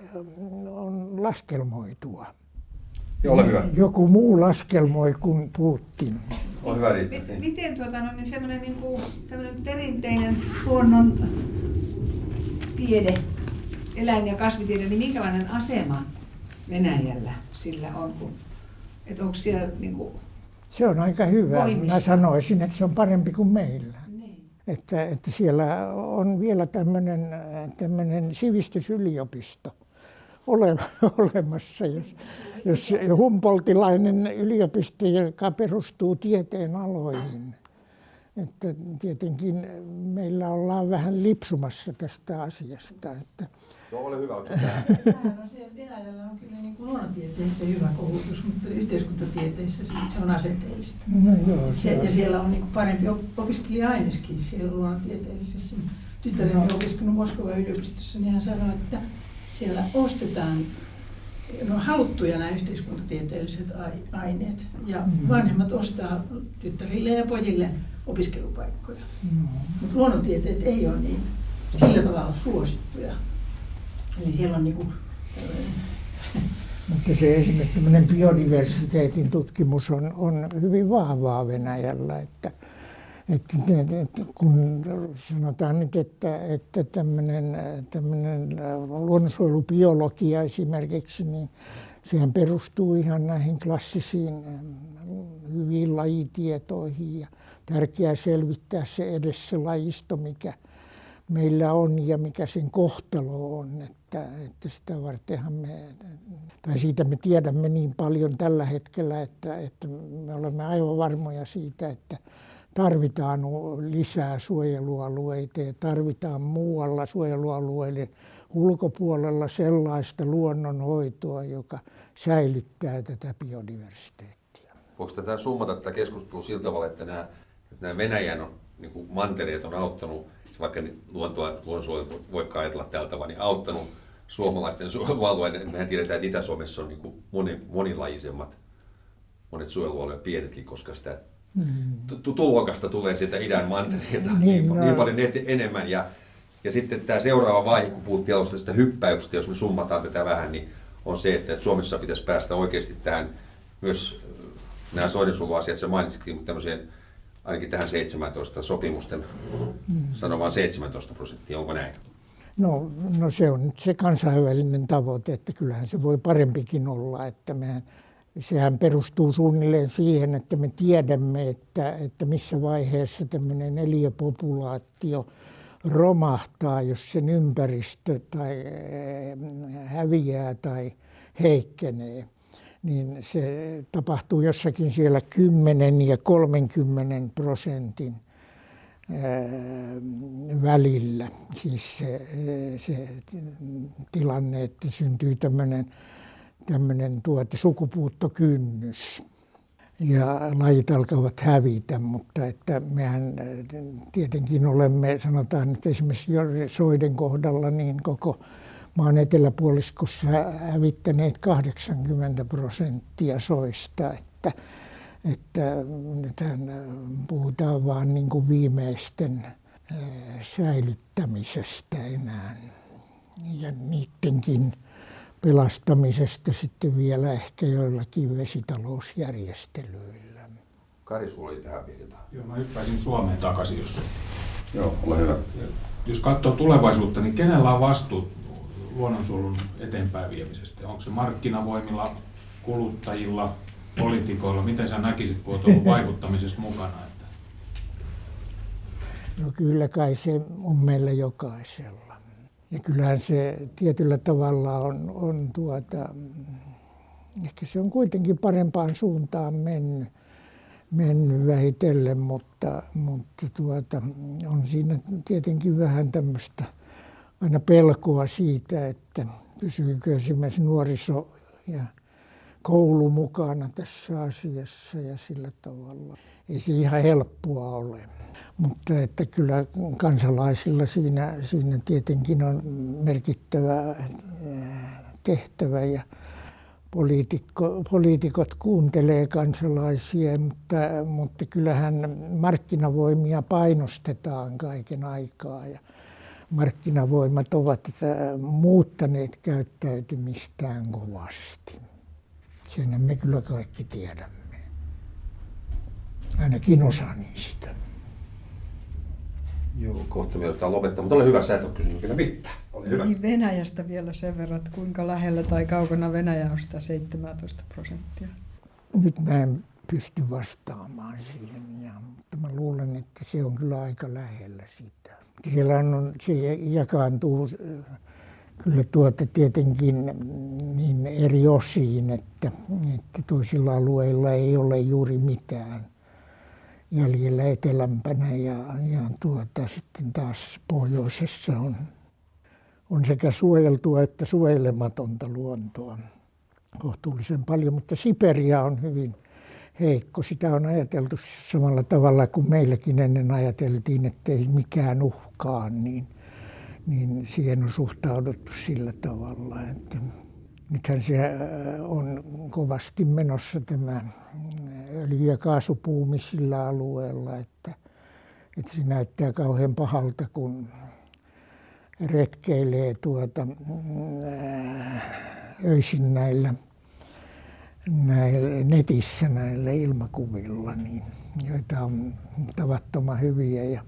on laskelmoitua. Ole hyvä. Joku muu laskelmoi kuin Putin. Ole hyvä, Riitta. M- miten tuota, no, niin semmoinen niin kuin, perinteinen luonnon tiede, eläin- ja kasvitiede, niin minkälainen asema Venäjällä sillä on? Kun, että onko siellä niin kuin se on aika hyvä. voimissa? Mä sanoisin, että se on parempi kuin meillä. Niin. Että, että siellä on vielä tämmöinen, tämmöinen sivistysyliopisto ole, olemassa, jos, jos humboldtilainen yliopisto, joka perustuu tieteen aloihin. Että tietenkin meillä ollaan vähän lipsumassa tästä asiasta. Että Joo, ole hyvä. Tämähän on se, että Venäjällä on kyllä niin kuin luonnontieteessä hyvä koulutus, mutta yhteiskuntatieteissä se on asenteellista. No joo, se, ja siellä on niin kuin parempi opiskelija-aineskin siellä luonnontieteellisessä. Tyttäreni on opiskellut Moskovan yliopistossa, niin hän sanoi, että siellä ostetaan no, haluttuja nämä yhteiskuntatieteelliset aineet ja vanhemmat ostaa tyttärille ja pojille opiskelupaikkoja. Mm. Mutta luonnontieteet ei ole niin sillä tavalla suosittuja. Eli siellä on niinku mutta se esimerkiksi tämmöinen biodiversiteetin tutkimus on, on hyvin vahvaa Venäjällä, että, että, että kun sanotaan nyt, että, että tämmöinen, tämmöinen luonnonsuojelubiologia esimerkiksi, niin sehän perustuu ihan näihin klassisiin hyviin lajitietoihin ja tärkeää selvittää se edes se lajisto, mikä meillä on ja mikä sen kohtalo on, että, että sitä vartenhan me, tai siitä me tiedämme niin paljon tällä hetkellä, että, että me olemme aivan varmoja siitä, että tarvitaan lisää suojelualueita ja tarvitaan muualla suojelualueiden ulkopuolella sellaista luonnonhoitoa, joka säilyttää tätä biodiversiteettiä. Voiko tätä summata tätä keskustelua sillä tavalla, että nämä, että nämä Venäjän niin kuin mantereet on auttanut vaikka luontoa, luonnonsuojelu voi ajatella tällä tavalla, niin auttanut suomalaisten suojelualueiden. Mehän tiedetään, että Itä-Suomessa on niin kuin moni, monilaisemmat, monet suojelualueet pienetkin, koska sitä mm. tulokasta tulee sieltä idän mantereelta niin, niin, no. niin paljon enemmän. Ja, ja sitten tämä seuraava vaihe, kun puhuttiin alusta tästä hyppäyksestä, jos me summataan tätä vähän, niin on se, että Suomessa pitäisi päästä oikeasti tähän myös nämä soidensuojeluasiat, sä mainitsitkin, mutta tämmöiseen ainakin tähän seitsemäntoista sopimusten, mm. sanomaan seitsemäntoista prosenttia, onko näin? No, no se on nyt se kansainvälinen tavoite, että kyllähän se voi parempikin olla, että mehän, sehän perustuu suunnilleen siihen, että me tiedämme, että, että missä vaiheessa tämmöinen eliöpopulaatio romahtaa, jos sen ympäristö tai häviää tai heikkenee. Niin se tapahtuu jossakin siellä kymmenen ja kolmenkymmenen prosentin välillä. Siis se, se tilanne, että syntyy tämmöinen, tämmöinen tuota, sukupuuttokynnys ja lajit alkavat hävitä, mutta että mehän tietenkin olemme, sanotaan nyt esimerkiksi soiden kohdalla, niin koko maan eteläpuoliskossa hävittäneet kahdeksankymmentä prosenttia soista, että, että nythän puhutaan vaan niin kuin viimeisten säilyttämisestä enää ja niidenkin pelastamisesta sitten vielä ehkä joillakin vesitalousjärjestelyillä. Kari, sulla oli tähän vielä jotain. Joo, mä hyppäisin Suomeen takaisin, jos... Joo, ole hyvä. Jos katsoo tulevaisuutta, niin kenellä on vastuu luonnonsuojelun eteenpäin viemisestä? Onko se markkinavoimilla, kuluttajilla, poliitikoilla? Miten sä näkisit, kun olet ollut vaikuttamisessa mukana? Että... No kyllä kai se on meillä jokaisella. Ja kyllähän se tietyllä tavalla on, on tuota, ehkä se on kuitenkin parempaan suuntaan mennyt, mennyt vähitellen, mutta, mutta tuota, on siinä tietenkin vähän tämmöistä aina pelkoa siitä, että pysyykö esimerkiksi nuoriso ja koulu mukana tässä asiassa ja sillä tavalla. Ei se ihan helppoa ole, mutta että kyllä kansalaisilla siinä, siinä tietenkin on merkittävä tehtävä ja poliitikko, poliitikot kuuntelee kansalaisia, mutta, mutta kyllähän markkinavoimia painostetaan kaiken aikaa ja markkinavoimat ovat muuttaneet käyttäytymistään kovasti. Sen me kyllä kaikki tiedämme. Ainakin osa niistä. Joo, kohta me joudutaan lopettaa, mutta ole hyvä, sä et ole kysynyt vielä mitään. Ole hyvä. Niin Venäjästä vielä sen verran, että kuinka lähellä tai kaukana Venäjä on sitä seitsemäntoista prosenttia? Nyt mä en pysty vastaamaan siihen, ja, mutta mä luulen, että se on kyllä aika lähellä sitä. Siellä on, se jakaantuu kyllä tuota tietenkin niin eri osiin, että, että toisilla alueilla ei ole juuri mitään jäljellä etelämpänä ja, ja tuota, sitten taas pohjoisessa on, on sekä suojeltua että suojelematonta luontoa kohtuullisen paljon, mutta Siperia on hyvin heikko. Sitä on ajateltu samalla tavalla kuin meilläkin ennen ajateltiin, että ei mikään uhkaa, niin, niin siihen on suhtauduttu sillä tavalla, että nythän se on kovasti menossa tämä öljy- ja kaasupuumi sillä alueella, että, että se näyttää kauhean pahalta, kun retkeilee tuota, öisin näillä, näillä netissä näillä ilmakuvilla, niin, joita on tavattoman hyviä ja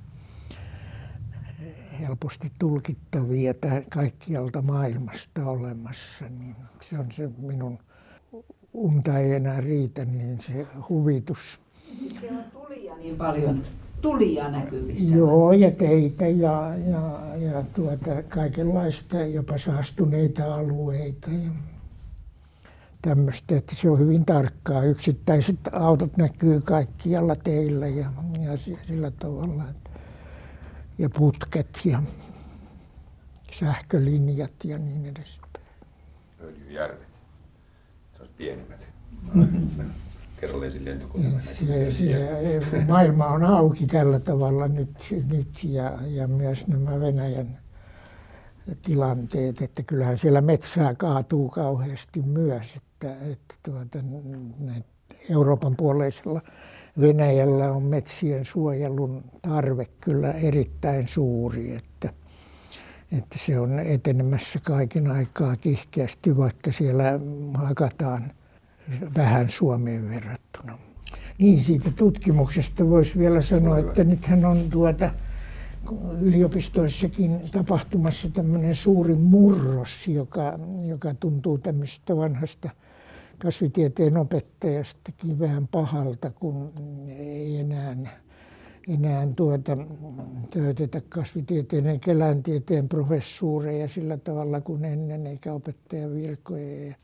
helposti tulkittavia kaikkialta maailmasta olemassa, niin se on se minun unta ei enää riitä, niin se huvitus. Siellä on tulia niin paljon, tulia näkyvissä. Joo, ja teitä ja, ja, ja tuota, kaikenlaista, jopa saastuneita alueita ja tämmöistä, että se on hyvin tarkkaa. Yksittäiset autot näkyy kaikkialla teillä ja, ja sillä tavalla. Että ja putket ja sähkölinjat ja niin edespäin. Öljyjärvet. Se on pienemmät. kerralleen lentokoneella. Se, se, maailma on auki tällä tavalla nyt, nyt ja, ja myös nämä Venäjän tilanteet, että kyllähän siellä metsää kaatuu kauheasti myös, että, että tuota, Euroopan puoleisella Venäjällä on metsien suojelun tarve kyllä erittäin suuri, että, että se on etenemässä kaiken aikaa kiihkeästi, vaikka siellä hakataan vähän Suomeen verrattuna. Niin, siitä tutkimuksesta voisi vielä sanoa, että nythän on tuota yliopistoissakin tapahtumassa tämmöinen suuri murros, joka, joka tuntuu tämmöistä vanhasta kasvitieteen opettajastakin vähän pahalta, kun ei enää, enää tuota, täytetä kasvitieteen eikä eläintieteen professuureja sillä tavalla kuin ennen, eikä opettajan virkoja ja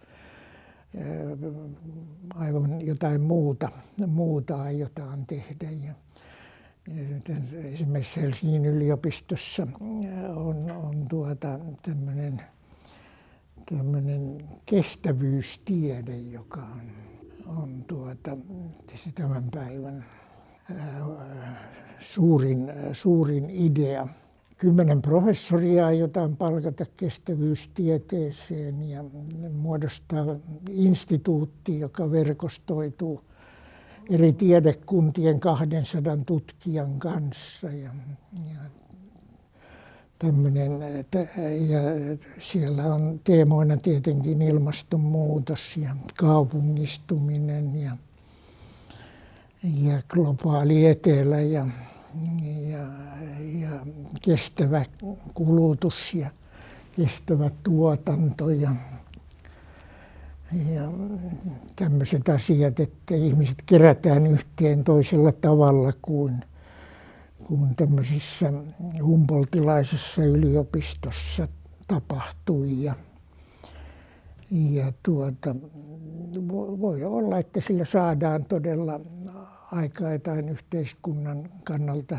aivan jotain muuta, muuta aiotaan tehdä. Ja esimerkiksi Helsingin yliopistossa on, on tuota tämmöinen, tämmöinen kestävyystiede, joka on, on tuota, tämän päivän suurin, suurin idea. Kymmenen professoria aiotaan palkata kestävyystieteeseen ja muodostaa instituutti, joka verkostoituu eri tiedekuntien kahdensadan tutkijan kanssa. Ja, ja, tämmönen, ja siellä on teemoina tietenkin ilmastonmuutos ja kaupungistuminen ja, ja globaali etelä ja Ja, ja kestävä kulutus ja kestävä tuotanto ja, ja tämmöiset asiat, että ihmiset kerätään yhteen toisella tavalla kuin, kuin tämmöisissä humboldtilaisessa yliopistossa tapahtui. Ja, ja tuota, voi olla, että sillä saadaan todella aikaa jotain yhteiskunnan kannalta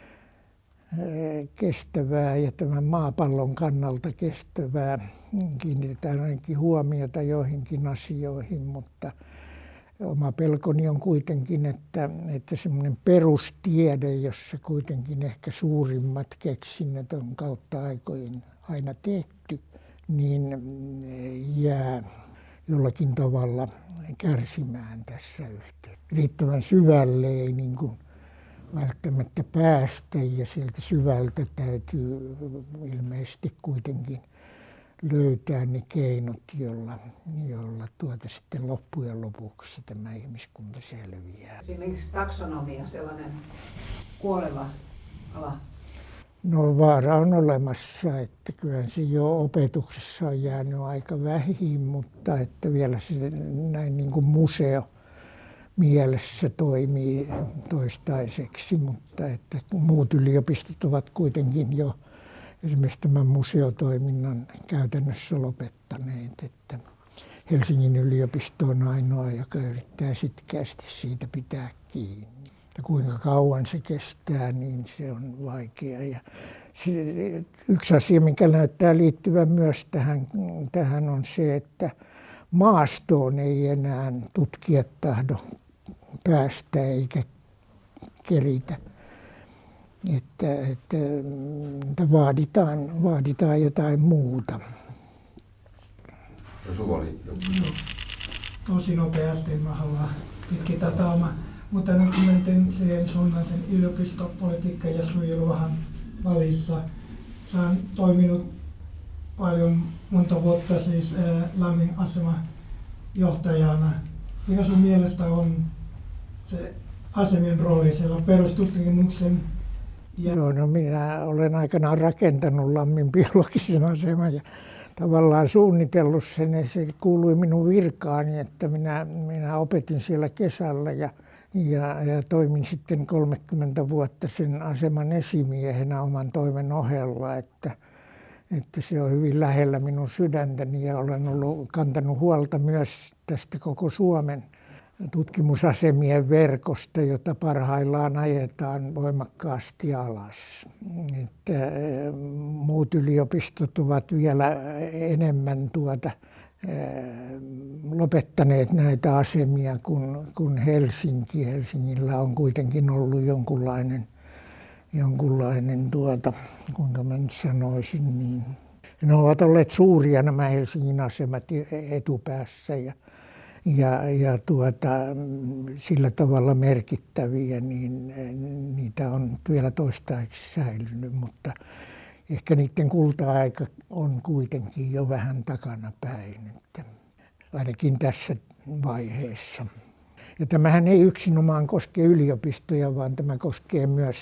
kestävää ja tämän maapallon kannalta kestävää. Kiinnitetään ainakin huomiota joihinkin asioihin, mutta oma pelkoni on kuitenkin, että, että semmoinen perustiede, jossa kuitenkin ehkä suurimmat keksinnöt on kautta aikojen aina tehty, niin jää jollakin tavalla kärsimään tässä yhteydessä. Riittävän syvälle ei niin kuin välttämättä päästä ja sieltä syvältä täytyy ilmeisesti kuitenkin löytää ne keinot, jolla, jolla tuota sitten loppujen lopuksi tämä ihmiskunta selviää. Esimerkiksi taksonomia, sellainen kuoleva ala. No vaara on olemassa, että kyllä se jo opetuksessa on jäänyt aika vähin, mutta että vielä se näin niin kuin museo mielessä toimii toistaiseksi, mutta että muut yliopistot ovat kuitenkin jo esimerkiksi tämän museotoiminnan käytännössä lopettaneet, että Helsingin yliopisto on ainoa, joka yrittää sitkeästi siitä pitää kiinni. Ja kuinka kauan se kestää, niin se on vaikea. Ja se, yksi asia, mikä näyttää liittyvän myös tähän, tähän on se, että maastoon ei enää tutkijat tahdo päästä eikä keritä. Että, että, että vaaditaan, vaaditaan jotain muuta. Ja sulla oli joku. No, tosi nopeasti mä haluan pitkin tätä omaa. Mutta nyt mentiin siihen suuntaan sen yliopistopolitiikka ja suojelu vähän välissä. Sä on toiminut paljon monta vuotta siis ää, Lämmin asemajohtajana. Mikä sun mielestä on se asemien rooli siellä perustutkimuksen? Ja... Joo, no minä olen aikanaan rakentanut Lammin biologisen aseman ja tavallaan suunnitellut sen, ja se kuului minun virkaani, että minä, minä opetin siellä kesällä ja, ja, ja toimin sitten kolmekymmentä vuotta sen aseman esimiehenä oman toimen ohella, että, että se on hyvin lähellä minun sydäntäni ja olen ollut kantanut huolta myös tästä koko Suomen tutkimusasemien verkosta, jota parhaillaan ajetaan voimakkaasti alas. Että muut yliopistot ovat vielä enemmän tuota lopettaneet näitä asemia, kun, kun Helsinki. Helsingillä on kuitenkin ollut jonkunlainen, jonkunlainen tuota, kuinka mä nyt sanoisin, niin ne ovat olleet suuria nämä Helsingin asemat etupäässä ja, ja, ja tuota, sillä tavalla merkittäviä, niin niitä on vielä toistaiseksi säilynyt, mutta ehkä niiden kulta-aika on kuitenkin jo vähän takana päin, että ainakin tässä vaiheessa. Ja tämähän ei yksinomaan koske yliopistoja, vaan tämä koskee myös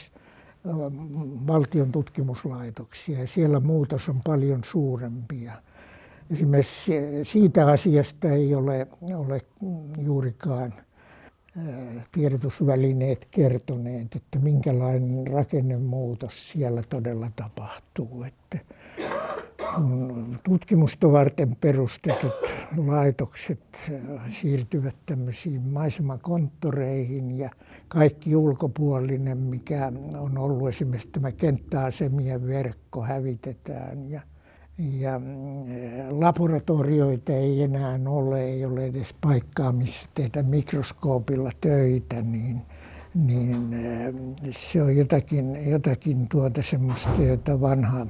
valtion tutkimuslaitoksia ja siellä muutos on paljon suurempi. Esimerkiksi siitä asiasta ei ole, ole juurikaan tiedotusvälineet kertoneet, että minkälainen rakennemuutos siellä todella tapahtuu. Että kun tutkimusta varten perustetut laitokset siirtyvät tämmöisiin maisemakonttoreihin ja kaikki ulkopuolinen, mikä on ollut esimerkiksi tämä kenttäasemien verkko, hävitetään ja, ja laboratorioita ei enää ole, ei ole edes paikkaa, missä tehdä mikroskoopilla töitä, niin, niin se on jotakin, jotakin tuota semmoista, jota vanha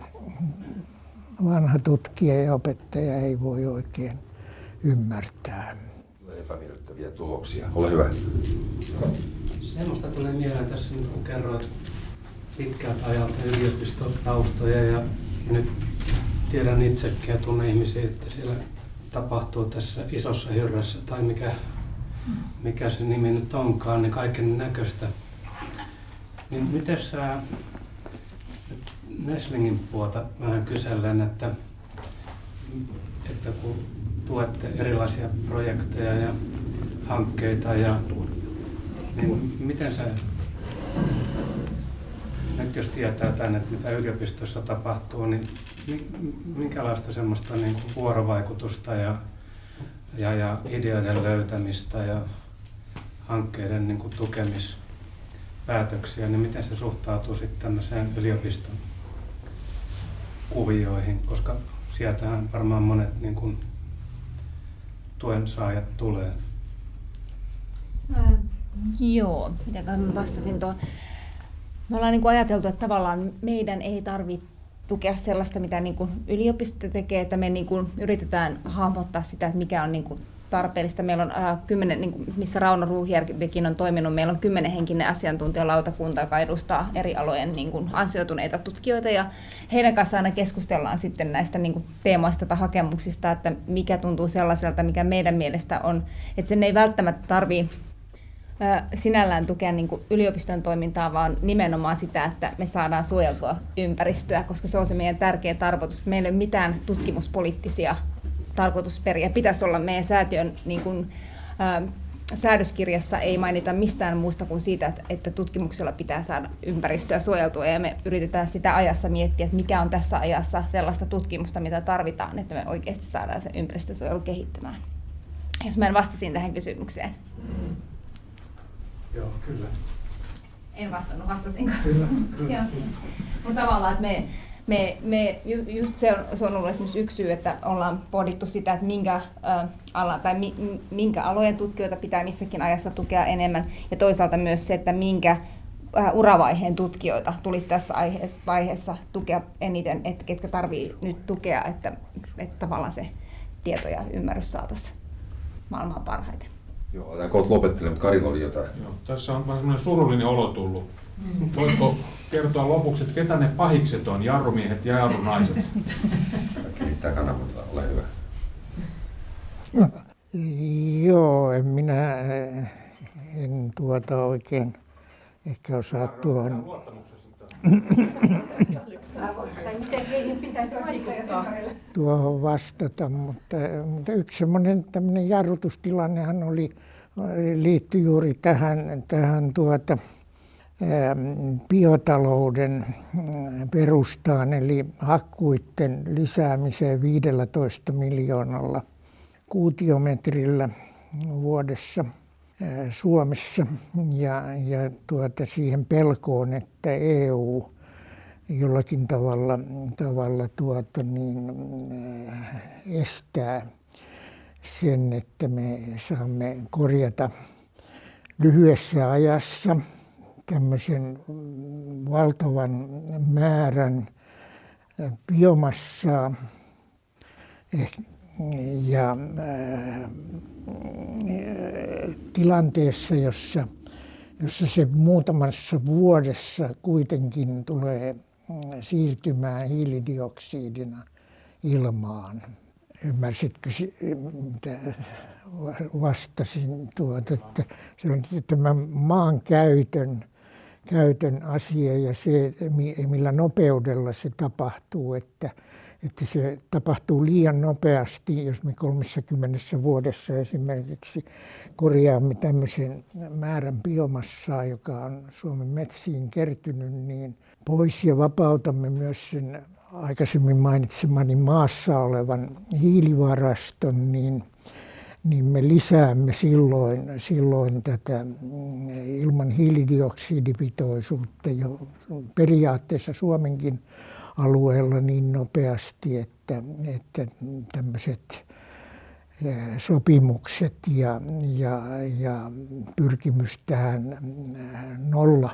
Vanha tutkija ja opettaja ei voi oikein ymmärtää. Epämiellyttäviä tuloksia. Ole hyvä. Semmoista tulee mieleen tässä nyt, kun kerroit pitkältä ajalta yliopistotaustoja ja nyt tiedän itsekin ja tunnen ihmisiä, että siellä tapahtuu tässä isossa hyrrässä tai mikä, mikä se nimi nyt onkaan, niin kaiken näköistä. Niin miten sä Meslingin puolta vähän kysellen, että, että kun tuette erilaisia projekteja ja hankkeita, ja, niin miten se, nyt jos tietää tämän, että mitä yliopistossa tapahtuu, niin minkälaista semmoista niin kuin vuorovaikutusta ja, ja, ja ideoiden löytämistä ja hankkeiden niin kuin tukemispäätöksiä, niin miten se suhtautuu sitten tämmöiseen yliopiston kuvioihin, koska sieltähän varmaan monet niin kuin, tuen saajat tulee. Ää, joo, mitenköhän mä vastasin tuohon. Me ollaan niin kuin ajateltu, että tavallaan meidän ei tarvitse tukea sellaista, mitä niin kuin yliopisto tekee, että me niin kuin yritetään hahmottaa sitä, että mikä on niin kuin tarpeellista. Meillä on äh, kymmenen, niin kuin, missä Rauno Ruuhijärvikin on toiminut, meillä on kymmenhenkinen asiantuntijalautakunta, joka edustaa eri alojen niin kuin, ansioituneita tutkijoita, ja heidän kanssaan aina keskustellaan sitten näistä niin kuin, teemoista tai hakemuksista, että mikä tuntuu sellaiselta, mikä meidän mielestä on, että sen ei välttämättä tarvitse sinällään tukea niin kuin yliopiston toimintaa, vaan nimenomaan sitä, että me saadaan suojeltua ympäristöä, koska se on se meidän tärkeä tarkoitus. Meillä ei ole mitään tutkimuspoliittisia tarkoitusperiä. Pitäisi olla meidän säätiön niin kuin, ää, säädöskirjassa ei mainita mistään muusta kuin siitä, että, että tutkimuksella pitää saada ympäristöä suojeltua, ja me yritetään sitä ajassa miettiä, että mikä on tässä ajassa sellaista tutkimusta, mitä tarvitaan, että me oikeasti saadaan se ympäristösuojelu kehittymään. Jos mä vastasin tähän kysymykseen. Joo, kyllä. En vastannut, vastasinko? Kyllä, kyllä. Mutta tavallaan, että me, me, me just se on, se on ollut esimerkiksi yksi syy, että ollaan pohdittu sitä, että minkä, äh, ala, tai mi, minkä alojen tutkijoita pitää missäkin ajassa tukea enemmän, ja toisaalta myös se, että minkä äh, uravaiheen tutkijoita tulisi tässä aiheessa, vaiheessa tukea eniten, että ketkä tarvii nyt tukea, että, että tavallaan se tieto ja ymmärrys saataisiin maailman parhaiten. Joo, tämä kohta lopettelen, mutta Karilla oli jotain. Joo, tässä on vähän semmoinen surullinen olo tullut. Voitko kertoa lopuksi, että ketä ne pahikset on, jarrumiehet ja jarrunaiset? Kiittää kannamalta, ole hyvä. No, joo, en minä en tuota oikein ehkä osaa tuohon. tuohon vastata, mutta, mutta yksi semmoinen tämmöinen jarrutustilannehan oli, liittyi juuri tähän, tähän tuota, biotalouden perustaan, eli hakkuitten lisäämiseen viidellätoista miljoonalla kuutiometrillä vuodessa Suomessa, ja, ja tuota, siihen pelkoon, että E U jollakin tavalla, tavalla tuota, niin, estää sen, että me saamme korjata lyhyessä ajassa tämmöisen valtavan määrän biomassaa ja tilanteessa, jossa, jossa se muutamassa vuodessa kuitenkin tulee siirtymään hiilidioksidina ilmaan. Ymmärsitkö, mitä vastasin tuota, että se on tämä maan käytön, käytön asia ja se, millä nopeudella se tapahtuu, että, että se tapahtuu liian nopeasti, jos me kolmessakymmenessä vuodessa esimerkiksi korjaamme tämmöisen määrän biomassaa, joka on Suomen metsiin kertynyt, niin pois ja vapautamme myös sen aikaisemmin mainitsemani maassa olevan hiilivaraston, niin, niin me lisäämme silloin, silloin tätä ilman hiilidioksidipitoisuutta jo periaatteessa Suomenkin alueella niin nopeasti, että, että tämmöiset sopimukset ja, ja, ja pyrkimys tähän nolla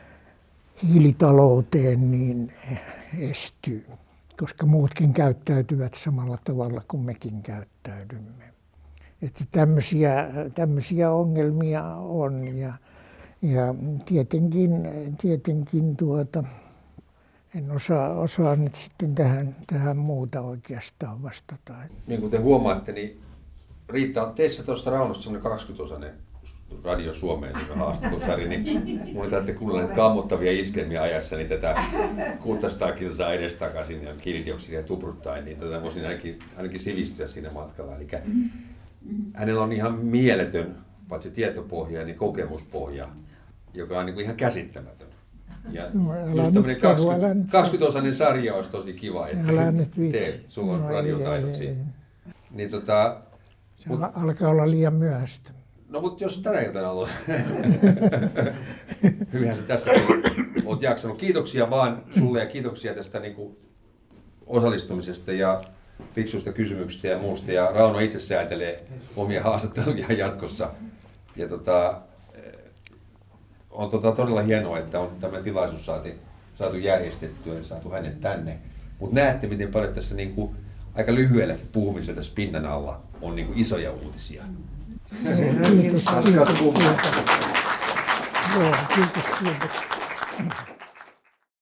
hiilitalouteen niin estyy, koska muutkin käyttäytyvät samalla tavalla kuin mekin käyttäydymme. Että tämmöisiä, tämmöisiä ongelmia on ja, ja tietenkin, tietenkin tuota, en osaa, osaa nyt sitten tähän, tähän muuta oikeastaan vastata. Niin kuin te huomaatte, niin Riitta, teissä tuosta Raunosta semmoinen kaksikymmentäosainen Radio Suomeen haastattelusarja, niin mun täytyy kuunnella näitä kammottavia iskelmiä ajassa, niin tätä kuusisataa kilsaa edestakaisin ja hiilidioksidia tupruttain, niin tota voisin ainakin, ainakin sivistyä siinä matkalla. Eli hänellä on ihan mieletön, paitsi tietopohja, niin kokemuspohja, joka on niin kuin ihan käsittämätön. Ja just tämmöinen kaksikymmentäosainen sarja olisi tosi kiva, että teet, sulla on radiotaitoksi. Niin tota, se mut, alkaa olla liian myöhäistä. No mutta jos tänä iltana on hyvinhän se tässä olet jaksanut. Kiitoksia vaan sulle ja kiitoksia tästä niin kuin osallistumisesta ja fiksuista kysymyksistä ja muusta. Ja Rauno itse säätelee omia haastatteluja jatkossa. Ja tota, on tota todella hienoa, että on tämmöinen tilaisuus saatu, saatu järjestettyä ja saatu hänet tänne. Mutta näette, miten paljon tässä niin kuin aika lyhyelläkin puhumisella tässä pinnan alla on niin kuin isoja uutisia. Kiitos. Kiitos. Kiitos. Kiitos.